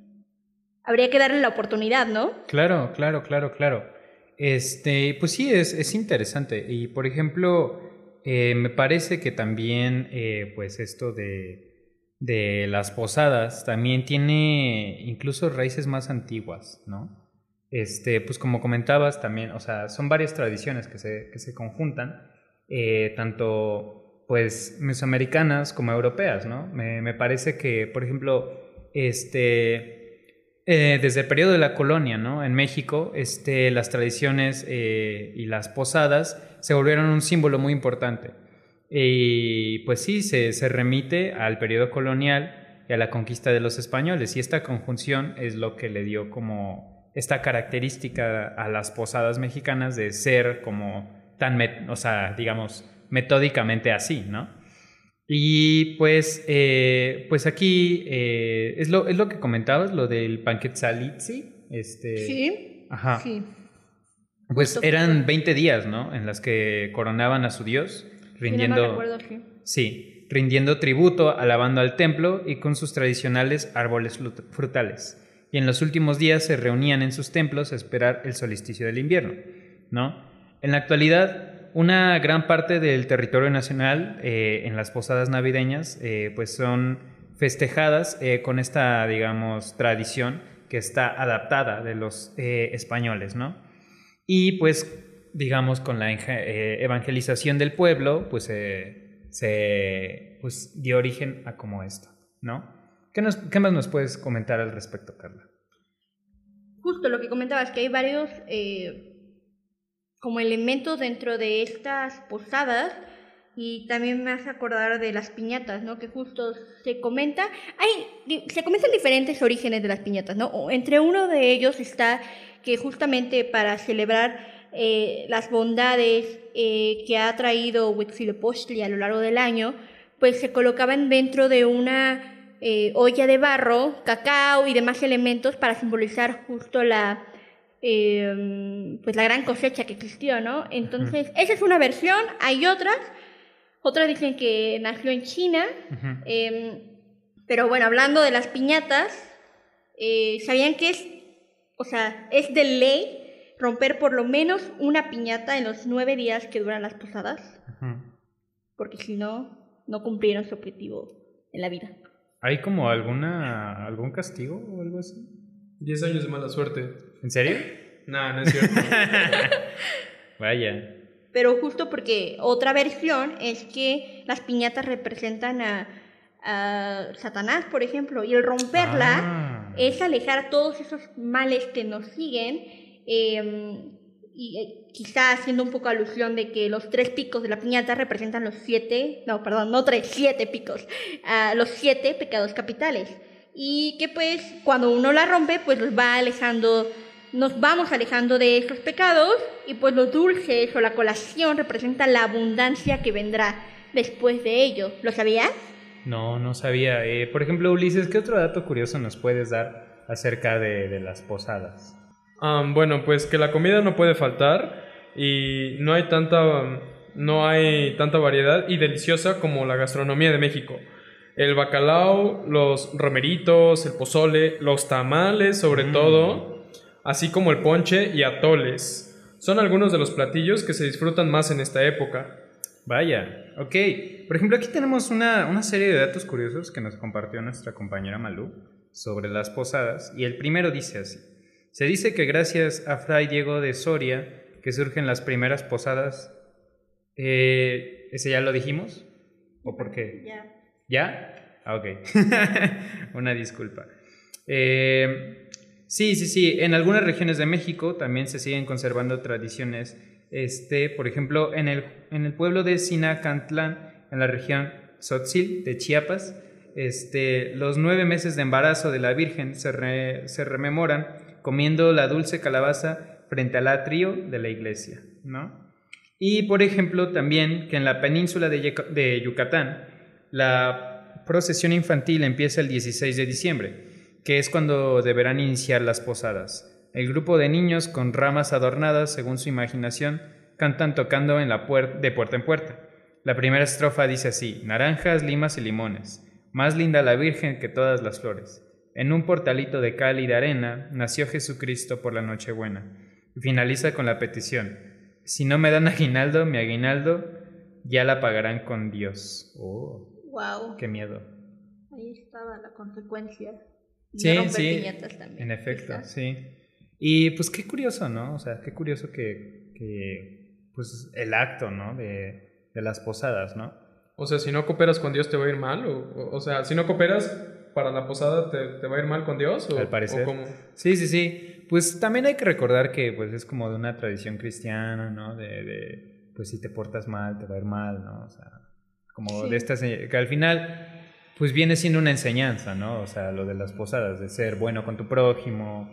habría que darle la oportunidad, ¿no? Claro, claro, claro, claro. Este, pues sí, es, es interesante. Y por ejemplo, eh, me parece que también, eh, pues esto de, de las posadas también tiene incluso raíces más antiguas, ¿no? Este, pues como comentabas también, o sea, son varias tradiciones que se, que se conjuntan, eh, tanto pues mesoamericanas como europeas, ¿no? Me, me parece que, por ejemplo, este... Eh, desde el periodo de la colonia, ¿no? En México, este, las tradiciones eh, y las posadas se volvieron un símbolo muy importante. Y pues sí, se, se remite al periodo colonial y a la conquista de los españoles. Y esta conjunción es lo que le dio como esta característica a las posadas mexicanas de ser como tan, met- o sea, digamos, metódicamente así, ¿no? Y pues, eh, pues aquí eh, es, lo, es lo que comentabas, lo del Panquetzalitzi. Este, Sí. Ajá. Sí. Pues Justo, eran justo. veinte días, ¿no? En las que coronaban a su dios, Si no mal rindiendo, recuerdo, sí. sí, rindiendo tributo, alabando al templo y con sus tradicionales árboles flut- frutales. Y en los últimos días se reunían en sus templos a esperar el solsticio del invierno, ¿no? En la actualidad, una gran parte del territorio nacional eh, en las posadas navideñas eh, pues son festejadas eh, con esta, digamos, tradición que está adaptada de los eh, españoles, ¿no? Y pues, digamos, con la enge- eh, evangelización del pueblo, pues eh, se pues, dio origen a como esto, ¿no? ¿Qué, nos, ¿Qué más nos puedes comentar al respecto, Carla? Justo lo que comentabas, que hay varios eh, como elementos dentro de estas posadas, y también me hace acordar de las piñatas, ¿no? Que justo se comenta, hay, di- se comentan diferentes orígenes de las piñatas, ¿no? O entre uno de ellos está que justamente para celebrar eh, las bondades eh, que ha traído Huitzilopochtli a lo largo del año, pues se colocaban dentro de una eh, olla de barro, cacao y demás elementos para simbolizar justo la eh, pues la gran cosecha que existió, ¿no? Entonces, esa es una versión, hay otras, otras dicen que nació en China, Ujú. eh, pero bueno, hablando de las piñatas, eh, ¿sabían que es, o sea, es de ley romper por lo menos una piñata en los nueve días que duran las posadas? Ujú. Porque si no, no cumplieron su objetivo en la vida. ¿Hay como alguna algún castigo o algo así? Diez años de mala suerte. ¿En serio? Nah, no es cierto. Vaya. Pero justo porque otra versión es que las piñatas representan a, a Satanás, por ejemplo, y el romperla Ah. es alejar todos esos males que nos siguen, eh, y eh, quizá haciendo un poco alusión de que los tres picos de la piñata representan los siete, no, perdón, no tres, siete picos, ah, los siete pecados capitales, y que pues cuando uno la rompe pues los va alejando, nos vamos alejando de estos pecados y pues los dulces o la colación representan la abundancia que vendrá después de ello. ¿Lo sabías? No, no sabía. Eh, por ejemplo, Ulises, ¿qué otro dato curioso nos puedes dar acerca de, de las posadas? Um, bueno, pues que la comida no puede faltar y no hay tanta, no hay tanta variedad y deliciosa como la gastronomía de México. El bacalao, los romeritos, el pozole, los tamales sobre mm. todo, así como el ponche y atoles. Son algunos de los platillos que se disfrutan más en esta época. Vaya, ok. Por ejemplo, aquí tenemos una, una serie de datos curiosos que nos compartió nuestra compañera Malú sobre las posadas y el primero dice así. Se dice que gracias a Fray Diego de Soria que surgen las primeras posadas. Eh, ¿Ese ya lo dijimos? ¿O por qué? Ya. ¿Ya? Ah, ok. Una disculpa. Eh, sí, sí, sí. En algunas regiones de México también se siguen conservando tradiciones. Este, por ejemplo, en el, en el pueblo de Sinacantlán, en la región Tzotzil de Chiapas, este, los nueve meses de embarazo de la Virgen se, re, se rememoran comiendo la dulce calabaza frente al atrio de la iglesia, ¿no? Y, por ejemplo, también que en la península de, Yeca, de Yucatán, la procesión infantil empieza el dieciséis de diciembre, que es cuando deberán iniciar las posadas. El grupo de niños con ramas adornadas, según su imaginación, cantan tocando en la puer- de puerta en puerta. La primera estrofa dice así: naranjas, limas y limones, más linda la Virgen que todas las flores. En un portalito de cal y de arena nació Jesucristo por la Nochebuena. Y finaliza con la petición: si no me dan aguinaldo, mi aguinaldo ya la pagarán con Dios. Oh, wow. Qué miedo. Ahí estaba la consecuencia. Sí, de romper sí, piñatas también. En efecto, ¿Está? sí. Y pues qué curioso, ¿no? O sea, qué curioso que, que pues el acto, ¿no? De, de las posadas, ¿no? O sea, si no cooperas con Dios te va a ir mal, o, o, o sea, si no cooperas para la posada te, te va a ir mal con Dios, o, Al parecer. ¿o cómo? Sí, sí, sí. Pues también hay que recordar que pues es como de una tradición cristiana, ¿no? De, de pues si te portas mal te va a ir mal, ¿no? O sea, como Sí. de estas que al final pues viene siendo una enseñanza, ¿no? O sea, lo de las posadas, de ser bueno con tu prójimo,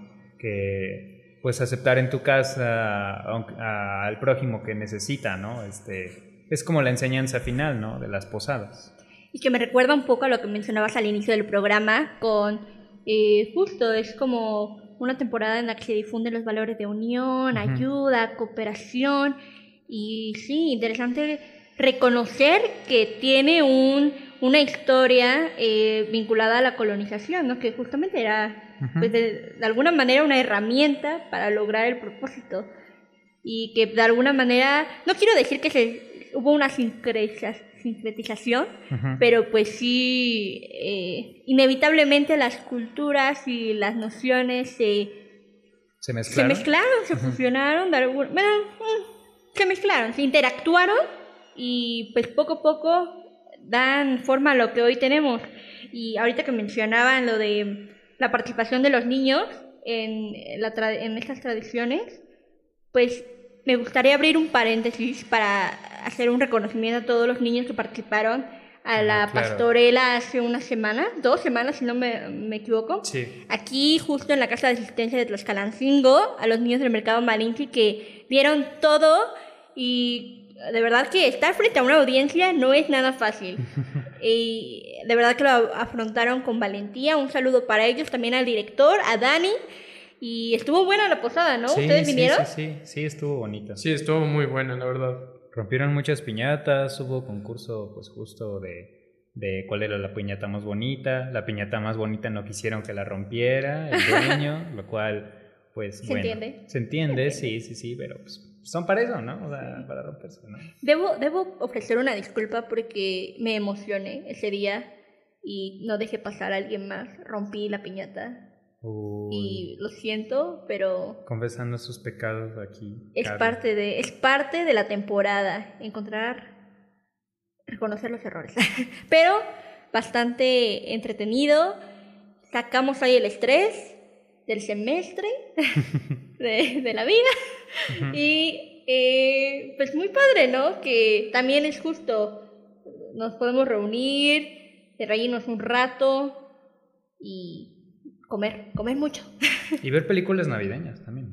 que pues aceptar en tu casa a, a, al prójimo que necesita, ¿no? Este, es como la enseñanza final, ¿no? De las posadas. Y que me recuerda un poco a lo que mencionabas al inicio del programa con, eh, justo, es como una temporada en la que se difunden los valores de unión, Uh-huh. ayuda, cooperación, y sí, interesante reconocer que tiene un, una historia eh, vinculada a la colonización, ¿no? Que justamente era, Uh-huh. pues de, de alguna manera, una herramienta para lograr el propósito, y que de alguna manera, no quiero decir que se, hubo una sincretización, sincretización, Uh-huh. pero pues sí, eh, inevitablemente las culturas y las nociones se, ¿Se se mezclaron? mezclaron, se fusionaron, de algún, bueno, mm, se mezclaron, se interactuaron y pues poco a poco dan forma a lo que hoy tenemos. Y ahorita que mencionaban lo de la participación de los niños en, la tra- en estas tradiciones, pues me gustaría abrir un paréntesis para hacer un reconocimiento a todos los niños que participaron a la Ah, claro. pastorela hace una semana, dos semanas si no me, me equivoco. Sí. Aquí justo en la Casa de Asistencia de Tlaxcalancingo, a los niños del Mercado Malinche que dieron todo y de verdad que estar frente a una audiencia no es nada fácil. Y de verdad que lo afrontaron con valentía. Un saludo para ellos, también al director, a Dani. Y estuvo buena la posada, ¿no? Sí, ¿Ustedes sí, vinieron? Sí, sí, sí, estuvo bonito. Sí, estuvo muy buena, la verdad. Rompieron muchas piñatas, hubo concurso pues justo de, de cuál era la piñata más bonita. La piñata más bonita no quisieron que la rompiera el dueño, lo cual pues ¿Se bueno. entiende? Se entiende, sí, sí, sí, pero pues son para eso, ¿no? O sea, para romperse, ¿no? Debo, debo ofrecer una disculpa porque me emocioné ese día y no dejé pasar a alguien más. Rompí la piñata. Uy, Y lo siento, pero confesando sus pecados aquí. es Carlos. parte de es parte de la temporada encontrar, reconocer los errores. Pero bastante entretenido. Sacamos ahí el estrés del semestre, de, de la vida. Ujú. Y eh, pues muy padre, ¿no? Que también es justo, nos podemos reunir, reírnos un rato. y comer, comer mucho. Y ver películas navideñas también.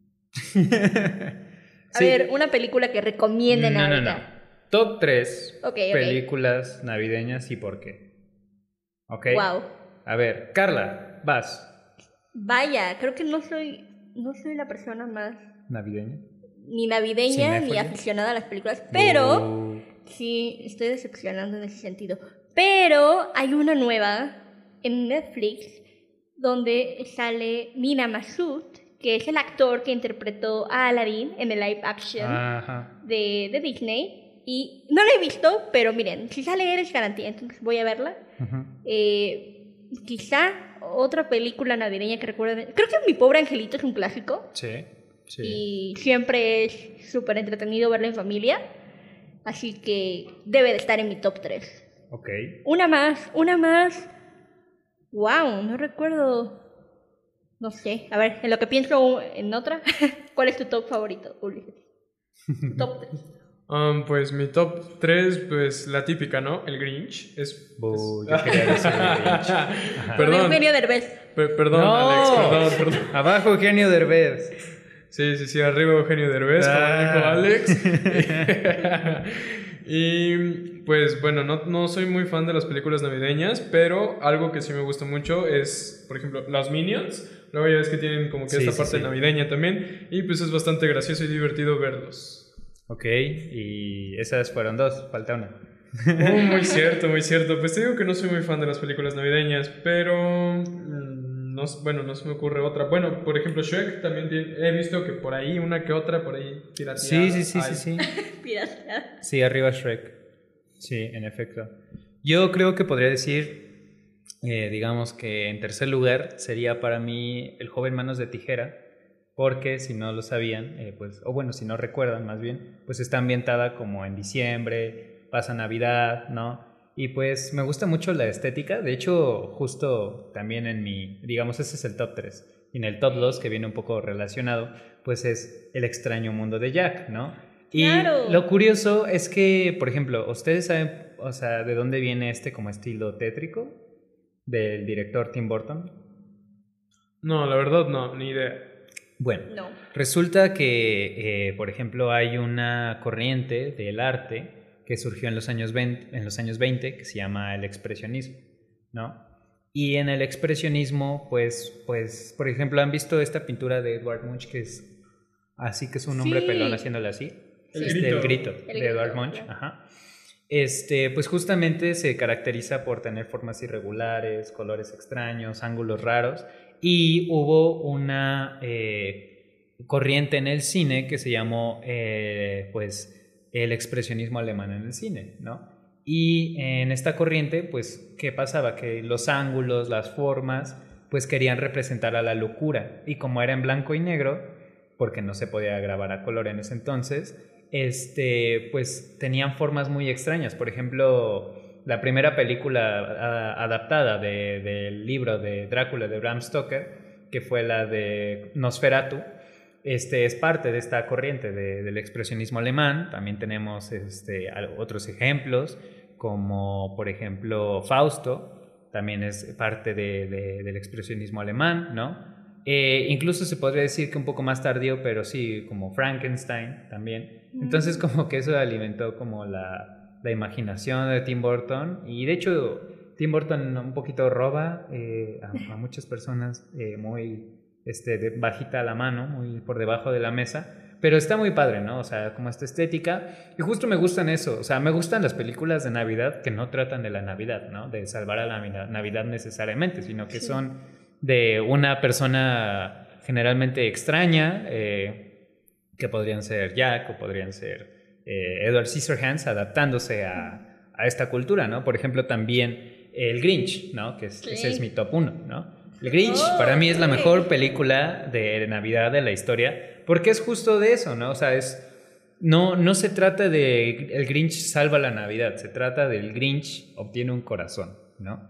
A ver, una película que recomienden No, no, ahorita. no. Top tres Ok, ok. películas navideñas y por qué. ¿Ok? Wow. A ver, Carla, vas. Vaya, creo que no soy, no soy la persona más ¿Navideña? ni navideña ni ¿Cinéfila? aficionada a las películas, pero Uh, sí, estoy decepcionando en ese sentido. Pero hay una nueva en Netflix donde sale Nina Masood, que es el actor que interpretó a Aladdin en el live action Ajá. de, de Disney. Y no la he visto, pero miren, si sale él es garantía, entonces voy a verla. Ujú. Eh, quizá otra película navideña que recuerden. Creo que Mi Pobre Angelito es un clásico. Sí, sí. Y siempre es súper entretenido verla en familia. Así que debe de estar en mi top tres. Ok. Una más, una más. Wow, no recuerdo. No sé. A ver, en lo que pienso en otra. ¿Cuál es tu top favorito, Ulises? Tu top tres. Um, pues mi top tres, pues la típica, ¿no? El Grinch. Es, Bu, es- yo quería decir el Grinch. Con Perdón, Eugenio Derbez. per- perdón, No. Alex, perdón, perdón. Abajo, Eugenio Derbez. Sí, sí, sí, arriba Eugenio Derbez, Ah. como dijo Alex. Y pues bueno, no, no soy muy fan de las películas navideñas, pero algo que sí me gusta mucho es, por ejemplo, las Minions. Luego ya ves que tienen como que Sí, esta sí, parte sí. navideña también. Y pues es bastante gracioso y divertido verlos. Ok, y esas fueron dos, falta una. Oh, muy cierto, muy cierto. Pues te digo que no soy muy fan de las películas navideñas, pero mm, no, s- bueno, no se me ocurre otra. Bueno, por ejemplo, Shrek también tiene- he visto que por ahí una que otra, por ahí pirateada. Sí, sí, sí, hay. sí, sí. Pirateada. Sí, arriba Shrek. Sí, en efecto. Yo creo que podría decir, eh, digamos que en tercer lugar sería para mí El joven manos de tijera, porque si no lo sabían, eh, pues, o bueno, si no recuerdan más bien, pues está ambientada como en diciembre, pasa Navidad, ¿no? Y pues me gusta mucho la estética, de hecho, justo también en mi, digamos, ese es el top tres. Y en el top dos, que viene un poco relacionado, pues es El extraño mundo de Jack, ¿no? Y Claro. lo curioso es que, por ejemplo, ¿ustedes saben, o sea, de dónde viene este como estilo tétrico del director Tim Burton? No, la verdad no, ni idea. Bueno, No. resulta que, eh, por ejemplo, hay una corriente del arte que surgió en los años veinte, en los años veinte que se llama el expresionismo, ¿no? Y en el expresionismo, pues, pues, por ejemplo, ¿han visto esta pintura de Edvard Munch que es así, que es un hombre Sí. pelón haciéndole así? El Este, grito. el grito El de grito, Edvard Munch, claro. ajá. Este, pues justamente se caracteriza por tener formas irregulares, colores extraños, ángulos raros, y hubo una eh, corriente en el cine que se llamó, eh, pues, el expresionismo alemán en el cine, ¿no? Y en esta corriente, pues, ¿qué pasaba? Que los ángulos, las formas, pues querían representar a la locura, y como era en blanco y negro, porque no se podía grabar a color en ese entonces, este, pues tenían formas muy extrañas. Por ejemplo, la primera película a, adaptada de, del libro de Drácula de Bram Stoker, que fue la de Nosferatu, este, es parte de esta corriente de, del expresionismo alemán. También tenemos este, otros ejemplos, como por ejemplo Fausto, también es parte de, de, del expresionismo alemán, ¿no? Eh, incluso se podría decir que un poco más tardío, pero sí, como Frankenstein también. Entonces como que eso alimentó como la, la imaginación de Tim Burton. Y de hecho Tim Burton un poquito roba eh, a, a muchas personas eh, muy este, de bajita la mano, muy por debajo de la mesa. Pero está muy padre, ¿no? O sea, como esta estética. Y justo me gustan eso. O sea, me gustan las películas de Navidad que no tratan de la Navidad, ¿no? De salvar a la Navidad necesariamente, sino que Sí. son de una persona generalmente extraña, eh, que podrían ser Jack o podrían ser eh, Edward Scissorhands, adaptándose a, a esta cultura, ¿no? Por ejemplo, también el Grinch, ¿no? Que es, Sí. ese es mi top uno, ¿no? El Grinch Oh, para mí es la ok. mejor película de Navidad de la historia, porque es justo de eso, ¿no? O sea, es... No, no se trata de el Grinch salva la Navidad, se trata del Grinch obtiene un corazón, ¿no?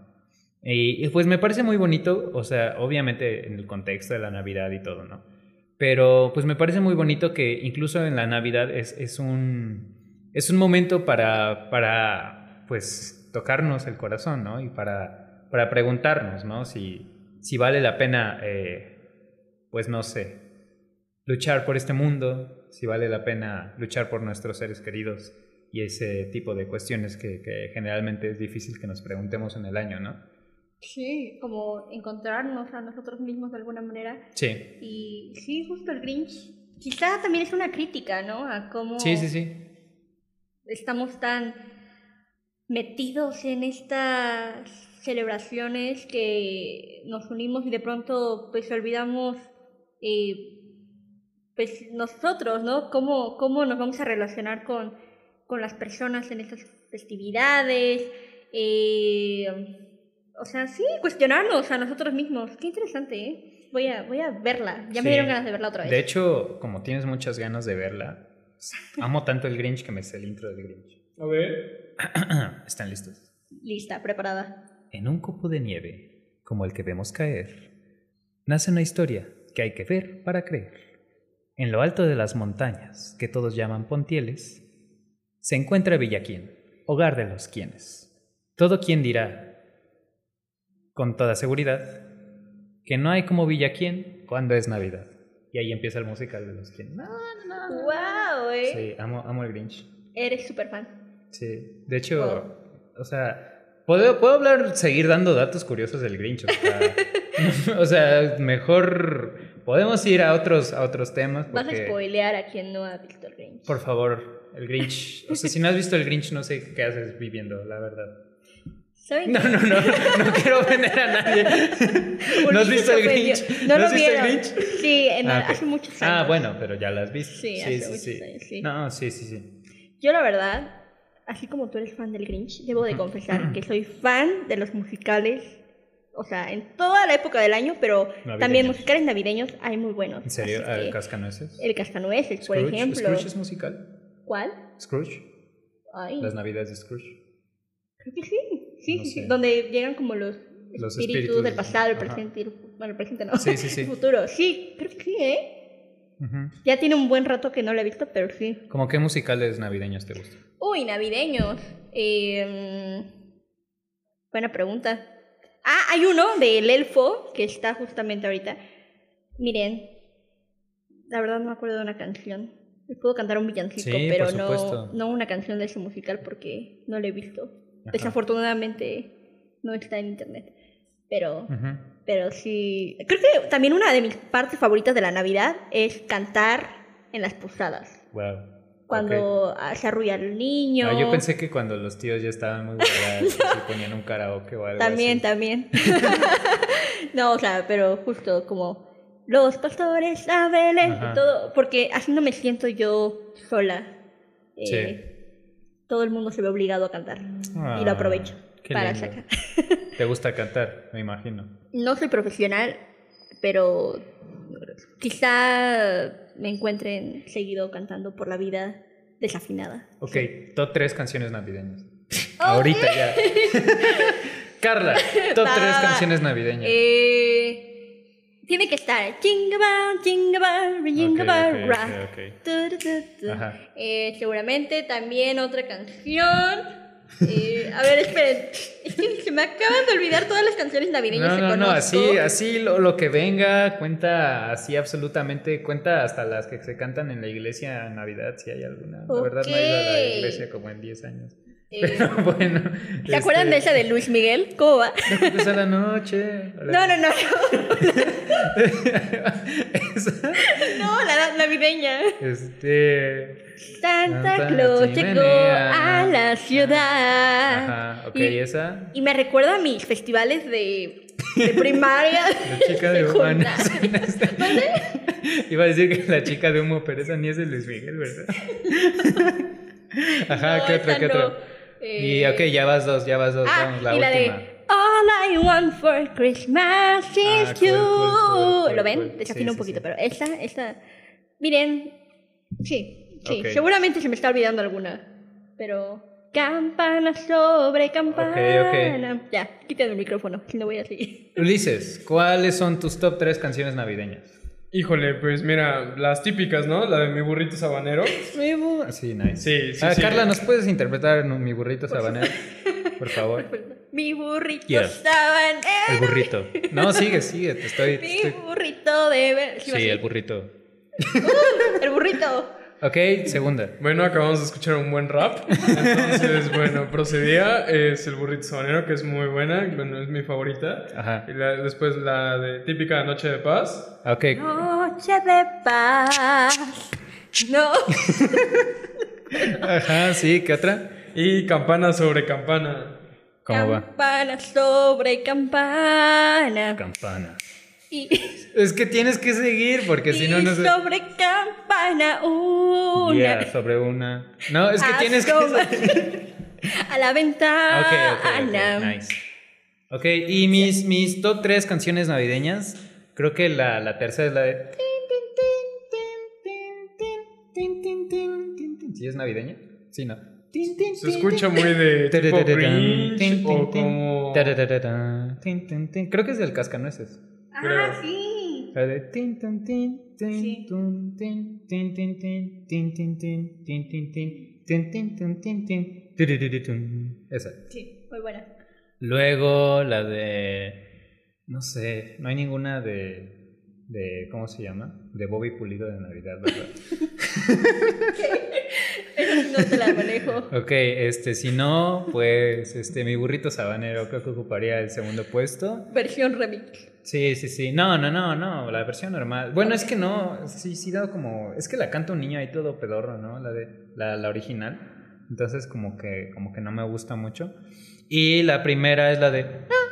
Y, y pues me parece muy bonito, o sea, obviamente en el contexto de la Navidad y todo, ¿no? Pero pues me parece muy bonito que incluso en la Navidad es, es, un, es un momento para, para, pues, tocarnos el corazón, ¿no? Y para, para preguntarnos, ¿no? Si, si vale la pena, eh, pues no sé, luchar por este mundo, si vale la pena luchar por nuestros seres queridos y ese tipo de cuestiones que, que generalmente es difícil que nos preguntemos en el año, ¿no? Sí, como encontrarnos a nosotros mismos de alguna manera. Sí. Y sí, justo el Grinch. Quizá también es una crítica, ¿no? A cómo Sí, sí, sí. estamos tan metidos en estas celebraciones que nos unimos y de pronto pues olvidamos eh, pues nosotros, ¿no? Cómo, cómo nos vamos a relacionar con, con las personas en estas festividades. Eh, o sea, sí, cuestionarnos a nosotros mismos. Qué interesante, ¿eh? Voy a, voy a verla. Ya Sí. me dieron ganas de verla otra vez. De hecho, como tienes muchas ganas de verla, amo tanto el Grinch que me sé el intro del Grinch. A ver. ¿Están listos? Lista, preparada. En un copo de nieve, como el que vemos caer, nace una historia que hay que ver para creer. En lo alto de las montañas, que todos llaman Pontieles, se encuentra Villaquién, hogar de los quienes. Todo quien dirá, con toda seguridad, que no hay como Villaquién cuando es Navidad. Y ahí empieza el musical de los quien. No, no, no. ¡Wow, eh! Sí, amo, amo el Grinch. Eres súper fan. Sí, de hecho, o sea, puedo, puedo hablar, seguir dando datos curiosos del Grinch. O sea, o sea, mejor podemos ir a otros, a otros temas. Porque, Vas a spoilear a quien no ha visto el Grinch. por favor, el Grinch. O sea, si no has visto el Grinch, no sé qué haces viviendo, la verdad. ¿Saben No, qué? no, no, no quiero ofender a nadie. ¿No has Ulises visto se el ofendió. Grinch? No, lo has visto el vieron. Grinch? Sí, en- Ah, ok. hace muchos años. Ah, bueno, pero ya la has visto. Sí, hace muchos años, sí. No, sí, sí, sí. Yo la verdad, así como tú eres fan del Grinch, debo de confesar que soy fan de los musicales, o sea, en toda la época del año, pero Navideños. también musicales navideños hay muy buenos. ¿En serio? Así ¿El que Cascanueces? el Cascanueces, por Scrooge. ejemplo. ¿Scrooge es musical? ¿Cuál? ¿Scrooge? Ay, Las navidades de Scrooge. creo que sí. Sí, No sí, sí. sé. Donde llegan como los, Los espíritus, espíritus, del pasado, el ajá. presente y el, bueno, el presente no. Sí, sí, sí. El futuro. Sí, creo que sí, ¿eh? Ujú. Ya tiene un buen rato que no la he visto, pero sí. ¿Cómo qué musicales navideños te gustan? Uy, navideños. Eh, buena pregunta. Ah, hay uno del elfo que está justamente ahorita. Miren, la verdad no me acuerdo de una canción. Les puedo cantar un villancico, Sí, pero por no, supuesto. no una canción de ese musical porque no lo he visto. Ajá. Desafortunadamente no está en internet. Pero, Ujú. pero sí. Creo que también una de mis partes favoritas de la Navidad es cantar en las posadas. Wow. Cuando Ok. se arrulla el niño. Ah, yo pensé que cuando los tíos ya estaban muy guardados, se ponían un karaoke o algo También, así. también. No, o sea, pero justo como los pastores a Belén Ajá. y todo, porque así no me siento yo sola. Eh, Sí. Todo el mundo se ve obligado a cantar y Ah, lo aprovecho qué para lindo. sacar. ¿Te gusta cantar? Me imagino. No soy profesional, pero quizá me encuentren seguido cantando por la vida desafinada. Ok, top tres canciones navideñas. Ahorita ya. Carla, top tres Nada. canciones navideñas. Eh, tiene que estar Jingle Bell, Jingle Bell, Jingle Ok, Bell, ok, Ra. ok, ok. Tu, tu, tu, tu. Ajá. Eh, seguramente también otra canción. Eh, a ver, esperen. Es que se me acaban de olvidar todas las canciones navideñas No, que no, no, conozco. así, así lo, lo que venga, cuenta así absolutamente, cuenta hasta las que se cantan en la iglesia en Navidad, si hay alguna. La verdad no he ido a la Ok. iglesia como en diez años. Eh, Pero bueno. ¿Se acuerdan de esa de Luis Miguel? ¿Cómo va? Empieza la noche. No, no, no. Esa, No, la navideña. este. Santa Santa Claus llegó chimenea. a la ciudad. Ajá, ok, Y- esa. Y me recuerda a mis festivales de, de primaria. La chica de humo. no sé, secundaria. no sé. ¿Mande? Iba a decir que la chica de humo, pero esa ni es de Luis Miguel, ¿verdad? Ajá, No, ¿qué otra, esa qué no. otra? Y Eh, ok, ya vas dos, ya vas dos, ah, vamos, la y la última. de All I want for Christmas is Ah, cool, you. cool, cool, cool, ¿Lo ven? cool. Desafino Sí, un sí, poquito, sí. pero esa, esa. Miren, sí, sí. Ok. Seguramente se me está olvidando alguna. Pero. Campana sobre campana. Ok, Ya, quítame el micrófono, si no voy a seguir. Ulises, ¿cuáles son tus top tres canciones navideñas? Híjole, pues mira, las típicas, ¿no? La de mi burrito sabanero. Sí, nice. Sí, sí, Ah, sí. Carla, ¿nos puedes interpretar en mi burrito sabanero? Por favor. Mi burrito Yeah. sabanero. El burrito. No, sigue, sigue. Te estoy. te Mi estoy- burrito de... ver- Sí, va así. el burrito. El burrito. Ok, segunda. Bueno, acabamos de escuchar un buen rap. Entonces, bueno, procedía. Es el burrito sabanero, que es muy buena. Bueno, es mi favorita. Ajá. Y la- después la de típica Noche de Paz. Ok. Noche de paz. No. Ajá, sí, ¿qué otra? Y Campana sobre Campana. ¿Cómo va? Campana sobre campana. Campana. Y, Es que tienes que seguir porque si no, y no sé. sobre campana una. Yeah, sobre una. No, es que tienes que. Asoma seguir. a la ventana. Ok, ok, ok, nice. Ok, y mis, mis top tres canciones navideñas. Creo que la, la tercera es la de. ¿Sí es navideña? Sí, no. Se escucha muy de tipo Grinch o como... Creo que es del Cascanueces. Ah, sí. La de tin, tin, tin, tin, Sí. tun, tin, tin, tin, tin, tin, tin, tin, tin, tin, tin, tin, tin, tun, tin, tin, tiriritun. Esa. Sí, muy buena. Luego la de. No sé, no hay ninguna de. de ¿cómo se llama? De Bobby Pulido de Navidad, ¿verdad? Esa sí no te la manejo. Ok, este, si no, pues este, mi burrito sabanero creo que ocuparía el segundo puesto. Versión remix. Sí, sí, sí. No, no, no, no, la versión normal. Bueno, es que no, sí, sí, dado como. Es que la canta un niño ahí todo pedorro, ¿no? La de. La, la original. Entonces, como que, como que no me gusta mucho. Y la primera es la de.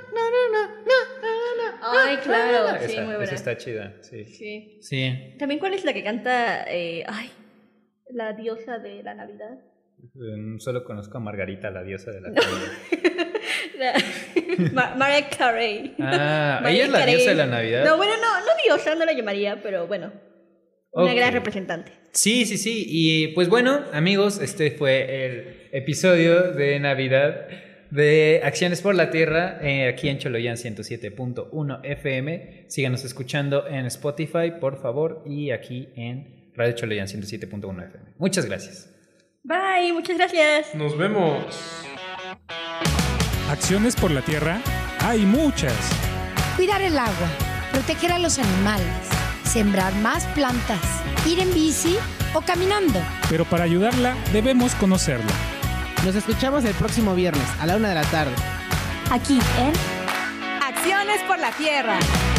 Ay, claro. Sí, Esa, muy buena. esa está chida, sí. Sí. Sí. También, ¿cuál es la que canta? Eh, ay, la diosa de la Navidad. Eh, Solo conozco a Margarita, la diosa de la comida. La- Ma- Mariah Carey. Ah, Mariah ¿ella es la Carey. diosa de la Navidad? No, bueno, no, no diosa, no la llamaría, pero bueno. Una Ok. gran representante. Sí, sí, sí. Y pues bueno, amigos, este fue el episodio de Navidad de Acciones por la Tierra, eh, aquí en Choloyán ciento siete punto uno F M. Síganos escuchando en Spotify, por favor, y aquí en Radio Choloyán ciento siete punto uno F M. Muchas gracias. Bye, muchas gracias. Nos vemos. Acciones por la tierra hay muchas. Cuidar el agua, proteger a los animales, sembrar más plantas, ir en bici o caminando. Pero para ayudarla debemos conocerla. Nos escuchamos el próximo viernes a la una de la tarde. Aquí en Acciones por la Tierra.